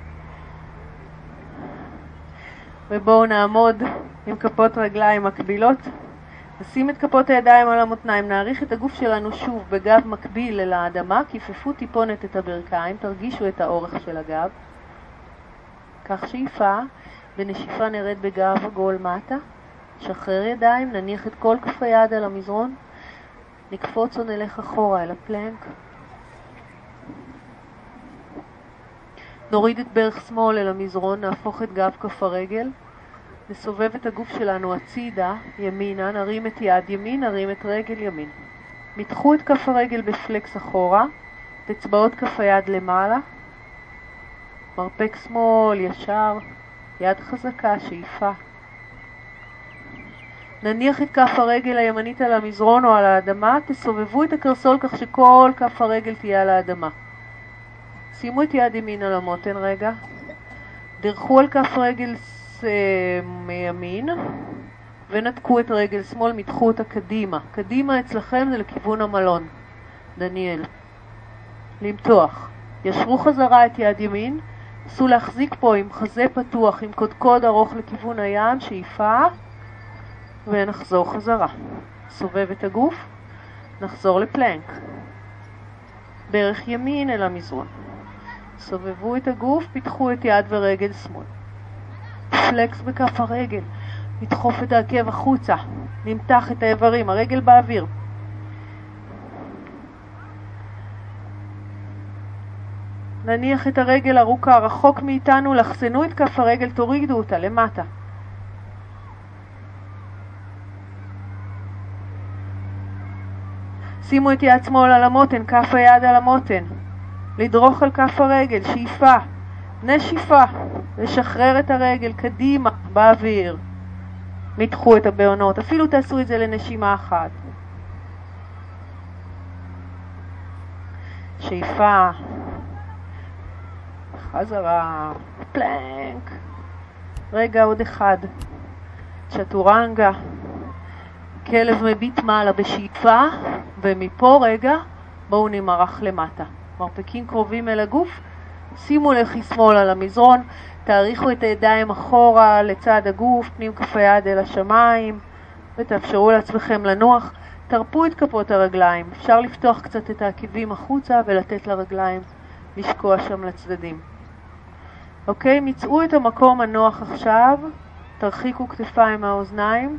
Speaker 1: ובואו נעמוד עם כפות רגליים מקבילות. נשים את כפות הידיים על המותניים, נעריך את הגוף שלנו שוב בגב מקביל אל האדמה, כיפפו טיפונת את הברכיים, תרגישו את האורך של הגב. כך שאיפה, בנשיפה נרד בגב עגול מטה, שחרר ידיים, נניח את כל כף היד על המזרון, נקפוץ או נלך אחורה אל הפלנק. נוריד את ברך שמאל אל המזרון, נהפוך את גב כף הרגל, נסובב את הגוף שלנו הצידה, ימינה, נרים את יד ימין, נרים את רגל ימין. מתחו את כף הרגל בפלקס אחורה, את אצבעות כף היד למעלה, מרפק שמאל, ישר, יד חזקה, שאיפה. נניח את כף הרגל הימנית על המזרון או על האדמה, תסובבו את הקרסול כך שכל כף הרגל תהיה על האדמה. שימו את יד ימין על המותן רגע, דרכו על כף רגל מימין ונתקו את רגל שמאל, מתחו אותה קדימה. קדימה אצלכם זה לכיוון המלון. דניאל. למתוח. ישרו חזרה את יד ימין, נסו להחזיק פה עם חזה פתוח, עם קודקוד ארוך לכיוון הים, שאיפה, ונחזור חזרה. סובב את הגוף, נחזור לפלנק. ברך ימין אל המזרון. סובבו את הגוף, פיתחו את יד ורגל שמאל. פלקס בכף הרגל. נדחוף את העקב החוצה, נמתח את האיברים, הרגל באוויר. נניח את הרגל ארוכה רחוק מאיתנו, לחסנו את כף הרגל, תורידו אותה למטה. שימו את יד שמאל על המותן, כף היד על המותן. לדרוך על כף הרגל, שאיפה, נשיפה, לשחרר את הרגל קדימה באוויר. מתחו את הבעונות, אפילו תעשו את זה לנשימה אחת. שאיפה, חזרה, פלנק. רגע עוד אחד. צ'טורנגה. כלב מביט מעלה בשאיפה, ומפה רגע בואו נמרח למטה. מרפקים קרובים אל הגוף, שימו לכי שמאל על המזרון, תאריכו את הידיים אחורה לצד הגוף, פנים כף היד אל השמיים, ותאפשרו לעצמכם לנוח. תרפו את כפות הרגליים, אפשר לפתוח קצת את העקבים החוצה ולתת לרגליים לשקוע שם לצדדים. אוקיי, מצאו את המקום הנוח עכשיו, תרחיקו כתפיים מהאוזניים.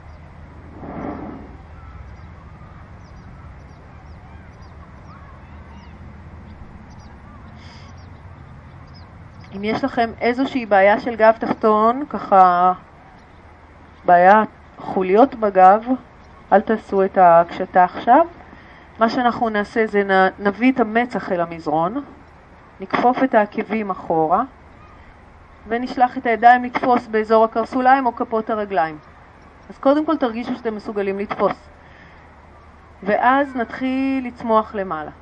Speaker 1: אם יש לכם איזושהי בעיה של גב תחתון, ככה בעיה חוליות בגב, אל תעשו את הקשתה עכשיו. מה שאנחנו נעשה זה נביא את המצח אל המזרון, נכפוף את העקבים אחורה, ונשלח את הידיים לתפוס באזור הקרסוליים או כפות הרגליים. אז קודם כל תרגישו שאתם מסוגלים לתפוס. ואז נתחיל לצמוח למעלה.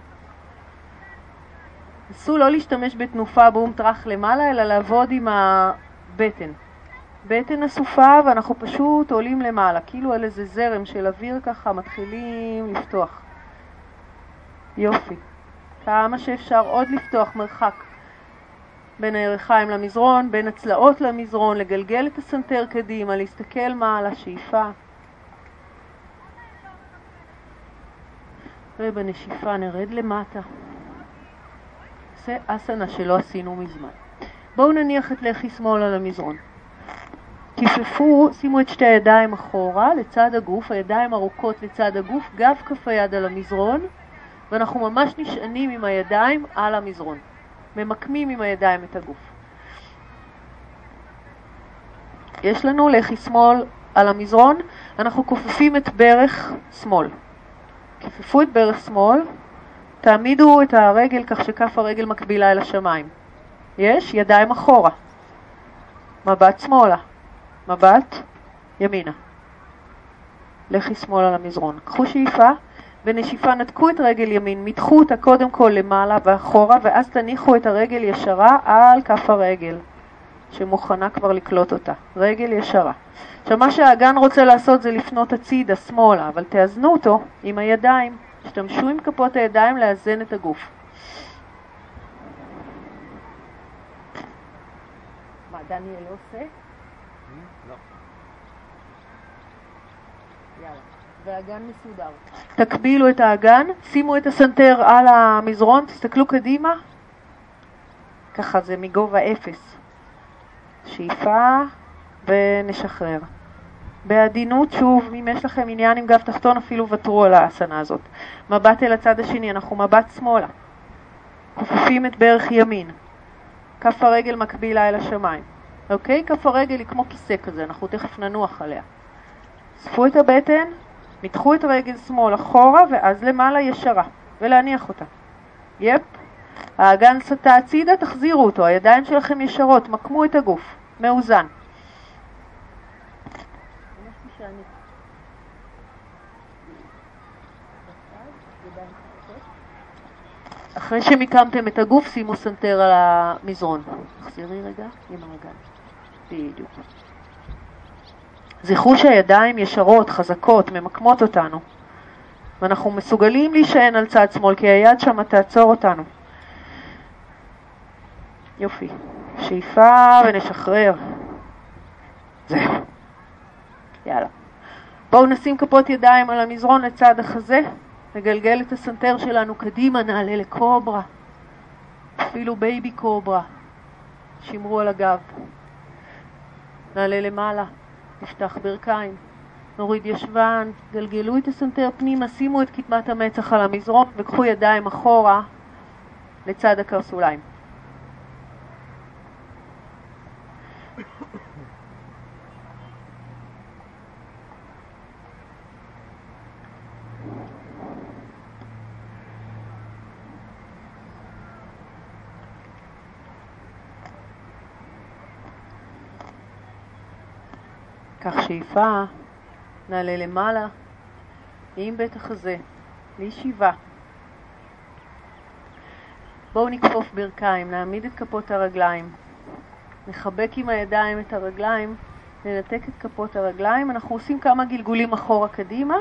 Speaker 1: נסו לא להשתמש בתנופה בום טרח למעלה, אלא לעבוד עם הבטן. בטן אסופה, ואנחנו פשוט עולים למעלה, כאילו על איזה זרם של אוויר ככה, מתחילים לפתוח. יופי. כמה שאפשר עוד לפתוח מרחק בין הירכיים למזרון, בין הצלעות למזרון, לגלגל את הסנטר קדימה, להסתכל מעלה, שאיפה. ובנשיפה נרד למטה. זה אסנה שלא עשינו מזמן. בואו נניח את לחי שמאל על המזרון. תפפו, שימו את שתי הידיים אחורה לצד הגוף, הידיים ארוכות לצד הגוף, גב כף היד על המזרון, ואנחנו ממש נשענים עם הידיים על המזרון. ממקמים עם הידיים את הגוף. יש לנו לחי שמאל על המזרון, אנחנו כופפים את ברך שמאל. כפפו את ברך שמאל, תעמידו את הרגל כך שכף הרגל מקבילה אל השמיים. יש ידיים אחורה. מבט שמאלה. מבט ימינה. לחי שמאל על המזרון. קחו שאיפה, בנשיפה נתקו את רגל ימין, מתחו אותה קודם כל למעלה ואחורה, ואז תניחו את הרגל ישרה על כף הרגל, שמוכנה כבר לקלוט אותה. רגל ישרה. עכשיו מה שהאגן רוצה לעשות זה לפנות הצידה, שמאלה, אבל תאזנו אותו עם הידיים. תשתמשו עם כפות הידיים לאזן את הגוף. מה, דניאל עושה?
Speaker 2: לא.
Speaker 1: יאללה. והאגן מסודר. תקבילו את האגן, שימו את הסנטר על המזרון, תסתכלו קדימה. ככה זה מגובה אפס. שאיפה ונשחרר. בעדינות, שוב, אם יש לכם עניין עם גב תחתון, אפילו ותרו על האסנה הזאת. מבט אל הצד השני, אנחנו מבט שמאלה. כופפים את ברך ימין. כף הרגל מקבילה אל השמיים. אוקיי? כף הרגל היא כמו כיסא כזה, אנחנו תכף ננוח עליה. ספו את הבטן, מתחו את רגל שמאל אחורה, ואז למעלה ישרה, ולהניח אותה. יפ. האגן סטה הצידה, תחזירו אותו. הידיים שלכם ישרות, מקמו את הגוף. מאוזן. אחרי שמיקמתם את הגוף, שימו סנטר על המזרון. תחזירי רגע עם הרגל. בדיוק. זכרו שהידיים ישרות, חזקות, ממקמות אותנו. ואנחנו מסוגלים להישען על צד שמאל, כי היד שם תעצור אותנו. יופי. שאיפה ונשחרר. זהו. יאללה. בואו נשים כפות ידיים על המזרון לצד החזה. נגלגל את הסנטר שלנו קדימה, נעלה לקוברה. אפילו בייבי קוברה. שמרו על הגב. נעלה למעלה. נפתח ברכיים, נוריד ישבן, גלגלו את הסנטר פנימה, שימו את קדמת המצח על המזרון וקחו ידיים אחורה לצד הקרסוליים. כך שאיפה, נעלה למעלה, עם בית החזה, לישיבה. בואו נקפוף ברכיים, נעמיד את כפות הרגליים. נחבק עם הידיים את הרגליים, ננתק את כפות הרגליים. אנחנו עושים כמה גלגולים אחורה קדימה.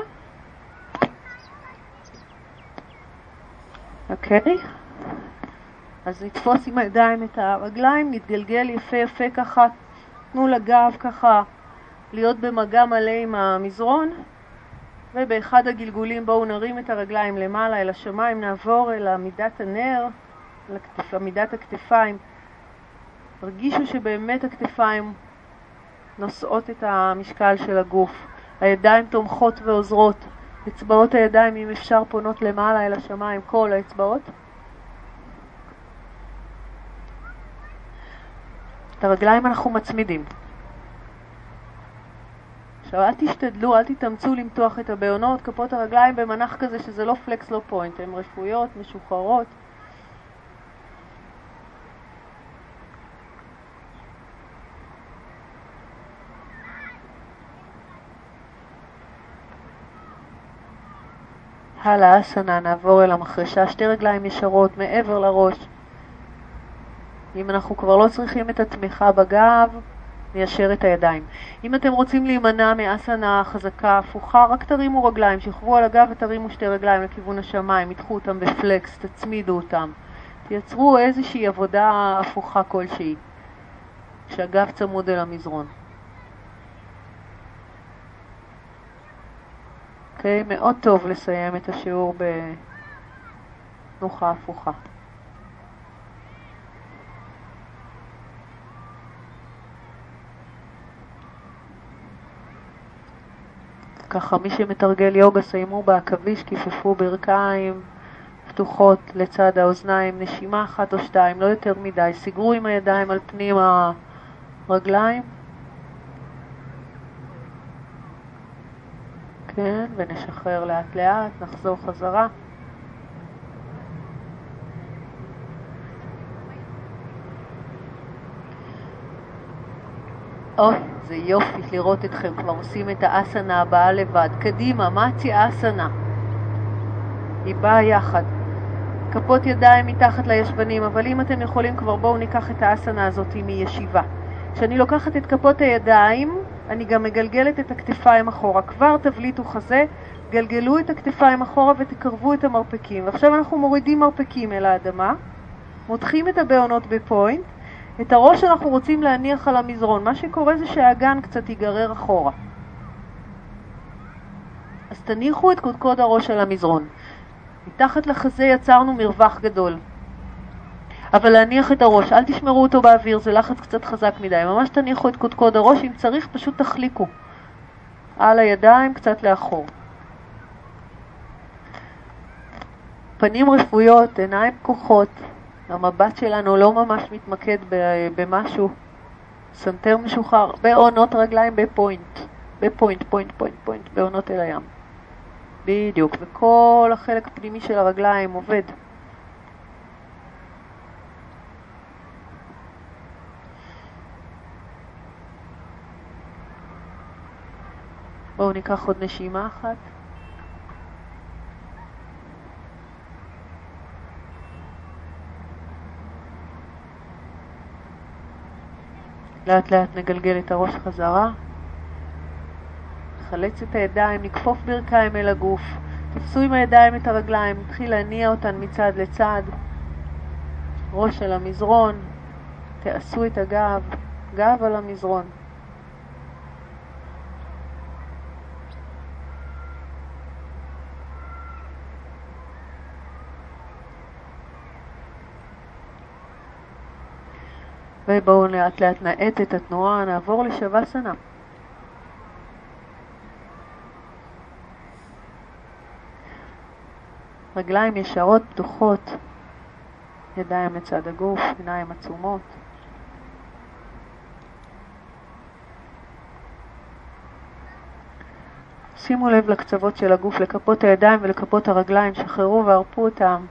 Speaker 1: אוקיי? אז נתפוס עם הידיים את הרגליים, נתגלגל יפה יפה ככה, תנו לגב ככה. להיות במגע מלא עם המזרון, ובאחד הגלגולים בואו נרים את הרגליים למעלה אל השמיים, נעבור אל עמידת הנר, לכתף, עמידת הכתפיים. הרגישו שבאמת הכתפיים נושאות את המשקל של הגוף. הידיים תומכות ועוזרות. אצבעות הידיים אם אפשר פונות למעלה אל השמיים, כל האצבעות. את הרגליים אנחנו מצמידים. עכשיו אל תשתדלו, אל תתאמצו למתוח את הבעונות, כפות הרגליים במנח כזה שזה לא פלקס לא פוינט, הן רפויות, משוחררות. הלאה אסנה, נעבור אל המחרשה, שתי רגליים ישרות מעבר לראש. אם אנחנו כבר לא צריכים את התמיכה בגב, ניישר את הידיים. אם אתם רוצים להימנע מאסנה חזקה הפוכה, רק תרימו רגליים, שכבו על הגב ותרימו שתי רגליים לכיוון השמיים, יתחו אותם בפלקס, תצמידו אותם. תייצרו איזושהי עבודה הפוכה כלשהי, כשהגב צמוד אל המזרון. אוקיי, מאוד טוב לסיים את השיעור בתנוחה הפוכה. ככה מי שמתרגל יוגה סיימו בעכביש, כיפפו ברכיים פתוחות לצד האוזניים, נשימה אחת או שתיים, לא יותר מדי, סגרו עם הידיים על פנים הרגליים. כן, ונשחרר לאט לאט, נחזור חזרה. אוי, זה יופי לראות אתכם כבר עושים את האסנה הבאה לבד. קדימה, מצ'י אסנה. היא באה יחד. כפות ידיים מתחת לישבנים, אבל אם אתם יכולים כבר בואו ניקח את האסנה הזאת מישיבה. כשאני לוקחת את כפות הידיים, אני גם מגלגלת את הכתפיים אחורה. כבר תבליטו חזה, גלגלו את הכתפיים אחורה ותקרבו את המרפקים. ועכשיו אנחנו מורידים מרפקים אל האדמה, מותחים את הבעונות בפוינט, את הראש אנחנו רוצים להניח על המזרון. מה שקורה זה שהאגן קצת ייגרר אחורה. אז תניחו את קודקוד הראש על המזרון. מתחת לחזה יצרנו מרווח גדול. אבל להניח את הראש, אל תשמרו אותו באוויר, זה לחץ קצת חזק מדי. ממש תניחו את קודקוד הראש, אם צריך פשוט תחליקו. על הידיים קצת לאחור. פנים רפויות, עיניים פקוחות. המבט שלנו לא ממש מתמקד במשהו. סנטר משוחרר, בעונות רגליים בפוינט. בפוינט, פוינט, פוינט, פוינט, בעונות אל הים. בדיוק, וכל החלק הפנימי של הרגליים עובד. בואו ניקח עוד נשימה אחת. לאט לאט נגלגל את הראש חזרה. נחלץ את הידיים, נקפוף ברכיים אל הגוף. תפסו עם הידיים את הרגליים, נתחיל להניע אותן מצד לצד. ראש על המזרון. תעשו את הגב, גב על המזרון. ובואו לאט לאט נעט את התנועה, נעבור לשווסנה. רגליים ישרות, פתוחות, ידיים לצד הגוף, עיניים עצומות. שימו לב לקצוות של הגוף, לכפות הידיים ולכפות הרגליים, שחררו והרפו אותם.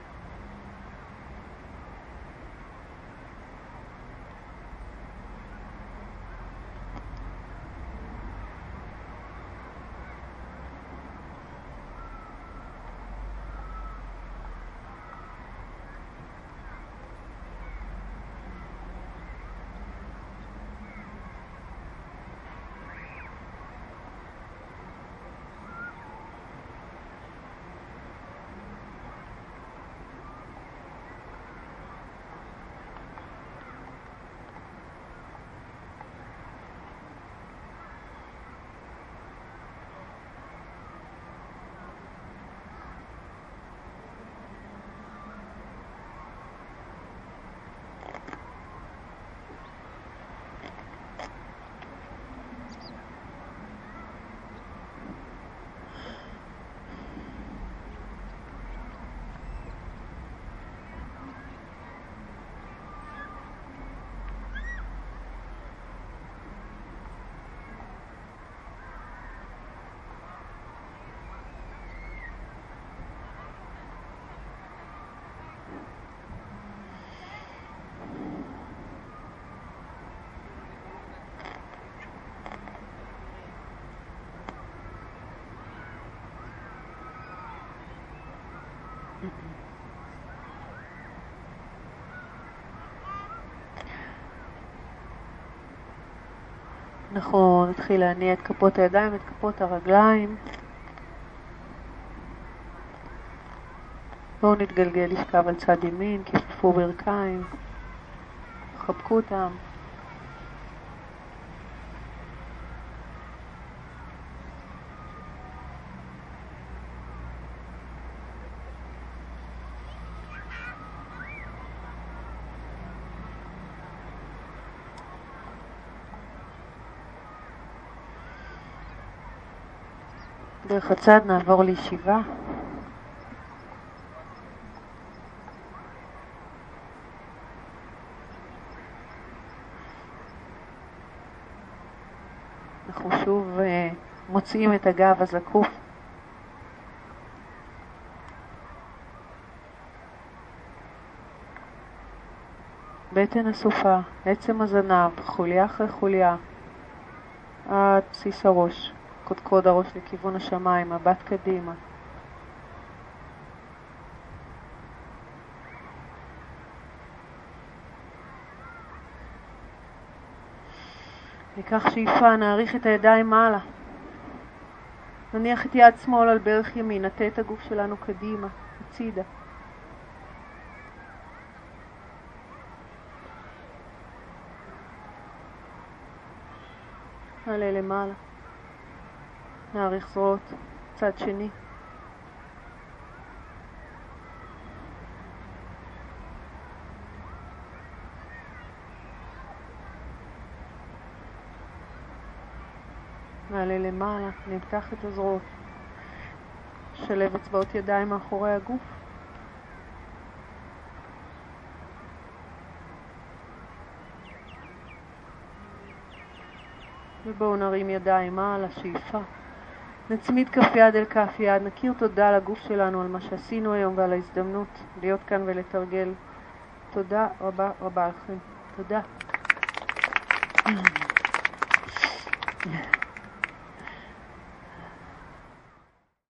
Speaker 1: אנחנו נתחיל להניע את כפות הידיים ואת כפות הרגליים. בואו נתגלגל לשכב על צד ימין, כיפפו ברכיים, חבקו אותם. דרך הצד נעבור לישיבה. אנחנו שוב uh, מוציאים את הגב הזקוף. בטן הסופה, עצם הזנב, חוליה אחרי חוליה, עד בסיס הראש. קודקוד הראש לכיוון השמיים, מבט קדימה. ניקח שאיפה, נעריך את הידיים מעלה. נניח את יד שמאל על ברך ימין, נטה את הגוף שלנו קדימה, הצידה. נעלה למעלה. נעריך זרועות, צד שני. נעלה למעלה, נמתח את הזרועות. שלב אצבעות ידיים מאחורי הגוף. ובואו נרים ידיים מעלה, שאיפה. נצמיד כף יד אל כף יד, נכיר תודה לגוף שלנו על מה שעשינו היום ועל ההזדמנות להיות כאן ולתרגל. תודה רבה רבה לכם. תודה.